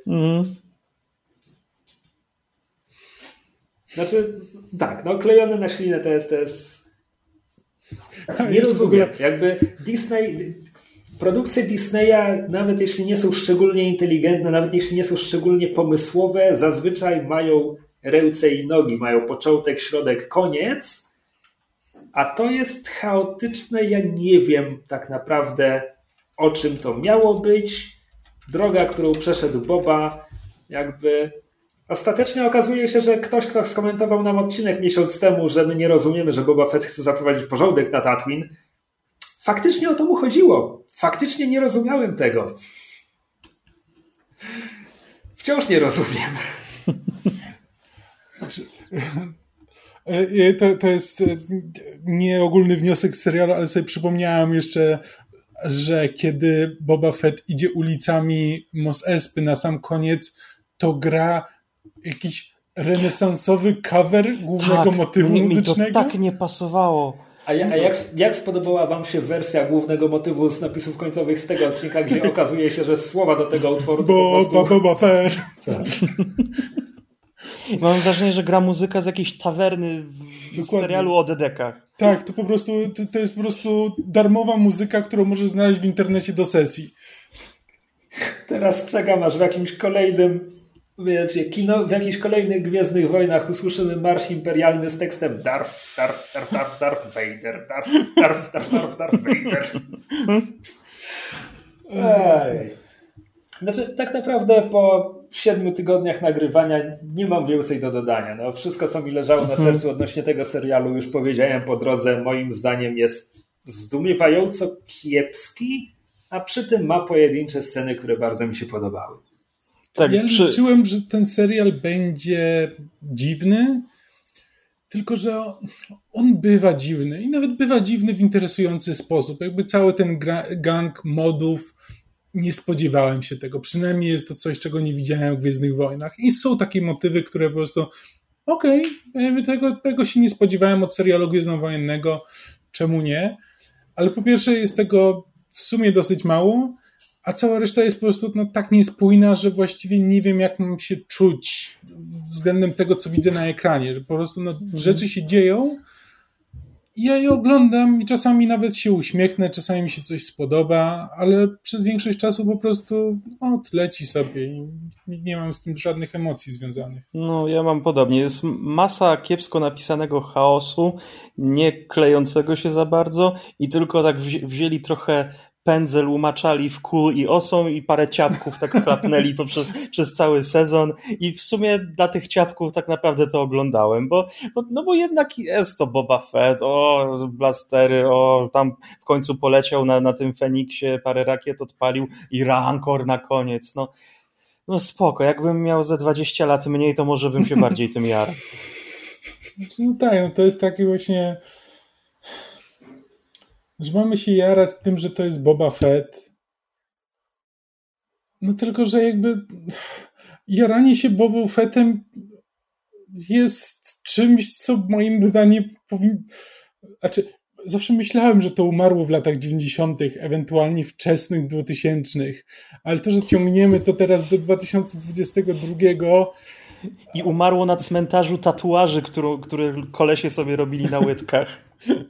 Znaczy, tak, klejone na ślinę to jest... Nie rozumiem. Jakby produkcje Disneya, nawet jeśli nie są szczególnie inteligentne, nawet jeśli nie są szczególnie pomysłowe, zazwyczaj mają ręce i nogi, mają początek, środek, koniec, a to jest chaotyczne. Ja nie wiem tak naprawdę, o czym to miało być. Droga, którą przeszedł Boba, jakby... Ostatecznie okazuje się, że ktoś, kto skomentował nam odcinek miesiąc temu, że my nie rozumiemy, że Boba Fett chce zaprowadzić porządek na Tatooine, faktycznie o to mu chodziło. Faktycznie nie rozumiałem tego. Wciąż nie rozumiem. To jest nie ogólny wniosek z serialu, ale sobie przypomniałem jeszcze, że kiedy Boba Fett idzie ulicami Mos Espy na sam koniec, to gra jakiś renesansowy cover głównego motywu muzycznego. Mi to tak nie pasowało. A jak spodobała wam się wersja głównego motywu z napisów końcowych z tego odcinka, gdzie okazuje się, że słowa do tego utworu to po prostu... Boba Fett. Mam wrażenie, że gra muzyka z jakiejś tawerny w serialu o dedekach. Tak, to jest po prostu darmowa muzyka, którą możesz znaleźć w internecie do sesji. Teraz czekam, aż w jakimś kolejnym w jakichś kolejnych Gwiezdnych Wojnach usłyszymy marsz imperialny z tekstem Darth Vader, Darth Vader. Znaczy, tak naprawdę po 7 tygodniach nagrywania nie mam więcej do dodania. Wszystko, co mi leżało na sercu odnośnie tego serialu, już powiedziałem po drodze, moim zdaniem jest zdumiewająco kiepski, a przy tym ma pojedyncze sceny, które bardzo mi się podobały. Tak, ja liczyłem, że ten serial będzie dziwny, tylko że on bywa dziwny i nawet bywa dziwny w interesujący sposób. Jakby cały ten gang modów, nie spodziewałem się tego. Przynajmniej jest to coś, czego nie widziałem w Gwiezdnych Wojnach. I są takie motywy, które po prostu tego się nie spodziewałem od serialu gwiezdnowojennego. Czemu nie? Ale po pierwsze jest tego w sumie dosyć mało, a cała reszta jest po prostu tak niespójna, że właściwie nie wiem, jak mam się czuć względem tego, co widzę na ekranie. Że po prostu rzeczy się dzieją, Ja je oglądam i czasami nawet się uśmiechnę, czasami mi się coś spodoba, ale przez większość czasu po prostu leci sobie i nie mam z tym żadnych emocji związanych. No, ja mam podobnie. Jest masa kiepsko napisanego chaosu, nie klejącego się za bardzo i tylko tak wzięli trochę pędzel, umaczali w kół i osą i parę ciapków tak wklapnęli przez cały sezon i w sumie dla tych ciapków tak naprawdę to oglądałem, bo jednak jest to Boba Fett, blastery, tam w końcu poleciał na tym Feniksie, parę rakiet odpalił i Rancor na koniec, no spoko, jakbym miał ze 20 lat mniej, to może bym się bardziej tym jarał. No tak, to jest taki właśnie... że mamy się jarać tym, że to jest Boba Fett. No tylko, że jakby jaranie się Bobą Fettem jest czymś, co moim zdaniem zawsze myślałem, że to umarło w latach 90., ewentualnie wczesnych 2000., ale to, że ciągniemy to teraz do 2022... I umarło na cmentarzu tatuaży, które kolesie sobie robili na łydkach.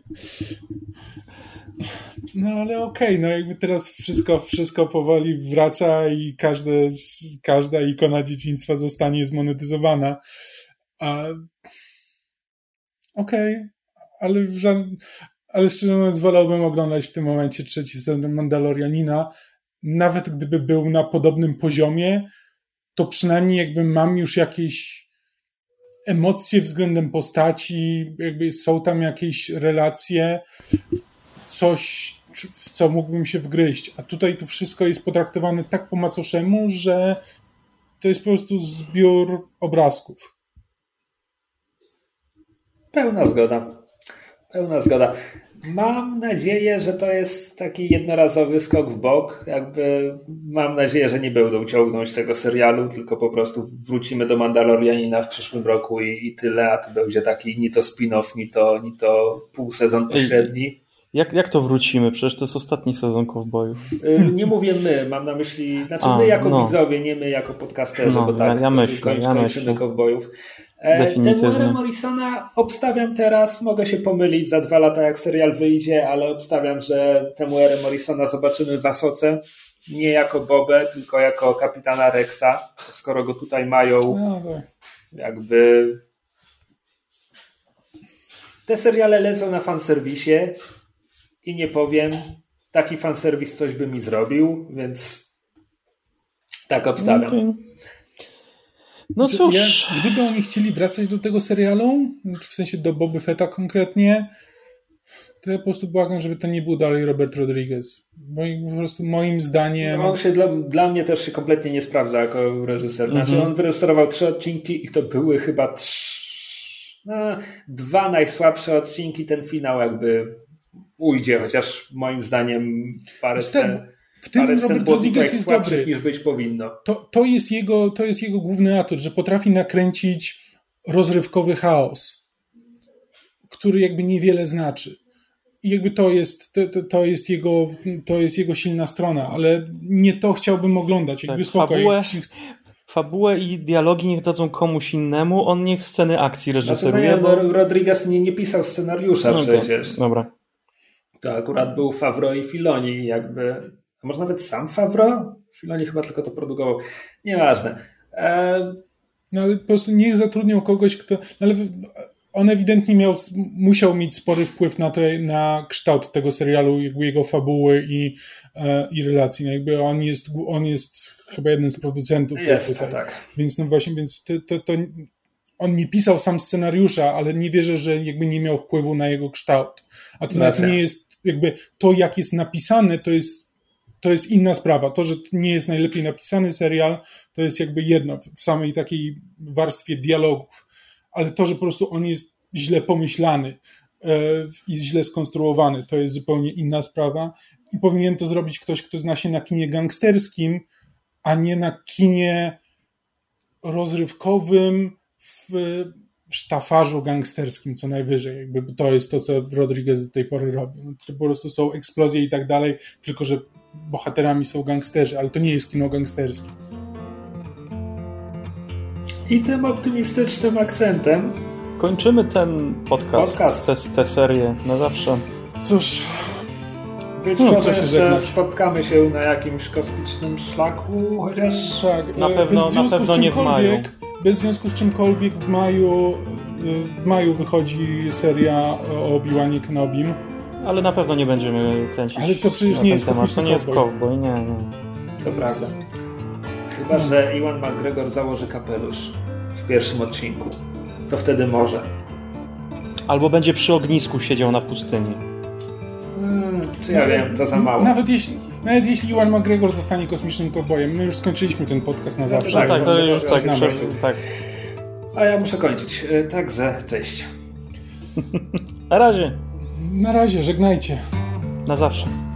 No ale okej, jakby teraz wszystko powoli wraca i każda ikona dzieciństwa zostanie zmonetyzowana. Ale szczerze mówiąc wolałbym oglądać w tym momencie 3. sezon Mandalorianina. Nawet gdyby był na podobnym poziomie, to przynajmniej jakby mam już jakieś emocje względem postaci, jakby są tam jakieś relacje, coś, w co mógłbym się wgryźć. A tutaj to wszystko jest potraktowane tak po macoszemu, że to jest po prostu zbiór obrazków. Pełna zgoda. Mam nadzieję, że to jest taki jednorazowy skok w bok. Mam nadzieję, że nie będą ciągnąć tego serialu, tylko po prostu wrócimy do Mandalorianina w przyszłym roku i tyle, a to będzie taki ni to spin-off, ni to półsezon pośredni. Jak to wrócimy? Przecież to jest ostatni sezon Cowboyów. Nie mówię my, mam na myśli, my jako widzowie, nie my jako podcasterzy, bo tak, kończymy Cowboyów. Temuera Morrisona obstawiam teraz, mogę się pomylić za 2 lata jak serial wyjdzie, ale obstawiam, że Temuera Morrisona zobaczymy w Asoce, nie jako Bobę, tylko jako kapitana Rexa, skoro go tutaj mają jakby... Te seriale lecą na fanserwisie i nie powiem, taki fanserwis coś by mi zrobił, więc tak obstawiam. Okay. No cóż. Gdyby oni chcieli wracać do tego serialu, w sensie do Boby Fetta konkretnie, to ja po prostu błagam, żeby to nie był dalej Robert Rodriguez. Bo po prostu moim zdaniem... On się dla mnie też się kompletnie nie sprawdza jako reżyser. Znaczy on wyreżyserował 3 odcinki i to były chyba 2 najsłabsze odcinki. Ten finał jakby ujdzie, chociaż moim zdaniem parę scen... W tym Robert Rodriguez jest dobry. Niż być powinno. To jest jego główny atut, że potrafi nakręcić rozrywkowy chaos, który jakby niewiele znaczy. I jakby to jest jego silna strona, ale nie to chciałbym oglądać. Jakby Fabułę i dialogi niech dadzą komuś innemu, on niech sceny akcji reżyseruje. Rodriguez nie pisał scenariusza przecież. Dobra. To akurat był Favreau i Filoni jakby... A może nawet sam Favreau? Filoni chyba tylko to produkował. Nieważne. No ale po prostu niech zatrudnią kogoś, kto... Ale on ewidentnie musiał mieć spory wpływ na kształt tego serialu, jakby jego fabuły i relacji. No jakby on jest chyba jednym z producentów. Jest, tak. Więc no właśnie, to on nie pisał sam scenariusza, ale nie wierzę, że jakby nie miał wpływu na jego kształt. A to nawet nie jest jakby to, jak jest napisane, to jest inna sprawa. To, że nie jest najlepiej napisany serial, to jest jakby jedno w samej takiej warstwie dialogów. Ale to, że po prostu on jest źle pomyślany i źle skonstruowany, to jest zupełnie inna sprawa. I powinien to zrobić ktoś, kto zna się na kinie gangsterskim, a nie na kinie rozrywkowym w sztafarzu gangsterskim co najwyżej. Jakby to jest to, co Rodriguez do tej pory robi. To po prostu są eksplozje i tak dalej, tylko że bohaterami są gangsterzy, ale to nie jest kino gangsterskie. I tym optymistycznym akcentem kończymy ten podcast. Tę serię na zawsze. Cóż... Być może jeszcze spotkamy się na jakimś kosmicznym szlaku, chociaż... Tak, na pewno nie w maju. Bez związku z czymkolwiek w maju wychodzi seria o Obi-Wanie Kenobim. Ale na pewno nie będziemy kręcić. Ale to przecież nie jest kosmiczny To nie jest cowboy, nie. To prawda. Chyba, że Ewan McGregor założy kapelusz w pierwszym odcinku. To wtedy może. Albo będzie przy ognisku siedział na pustyni. Czy ja wiem, to za mało. Nawet jeśli Ewan McGregor zostanie kosmicznym kowbojem, my już skończyliśmy ten podcast na zawsze. Tak, to już tak. A ja muszę kończyć. Także, cześć. Na razie. Na razie, żegnajcie. Na zawsze.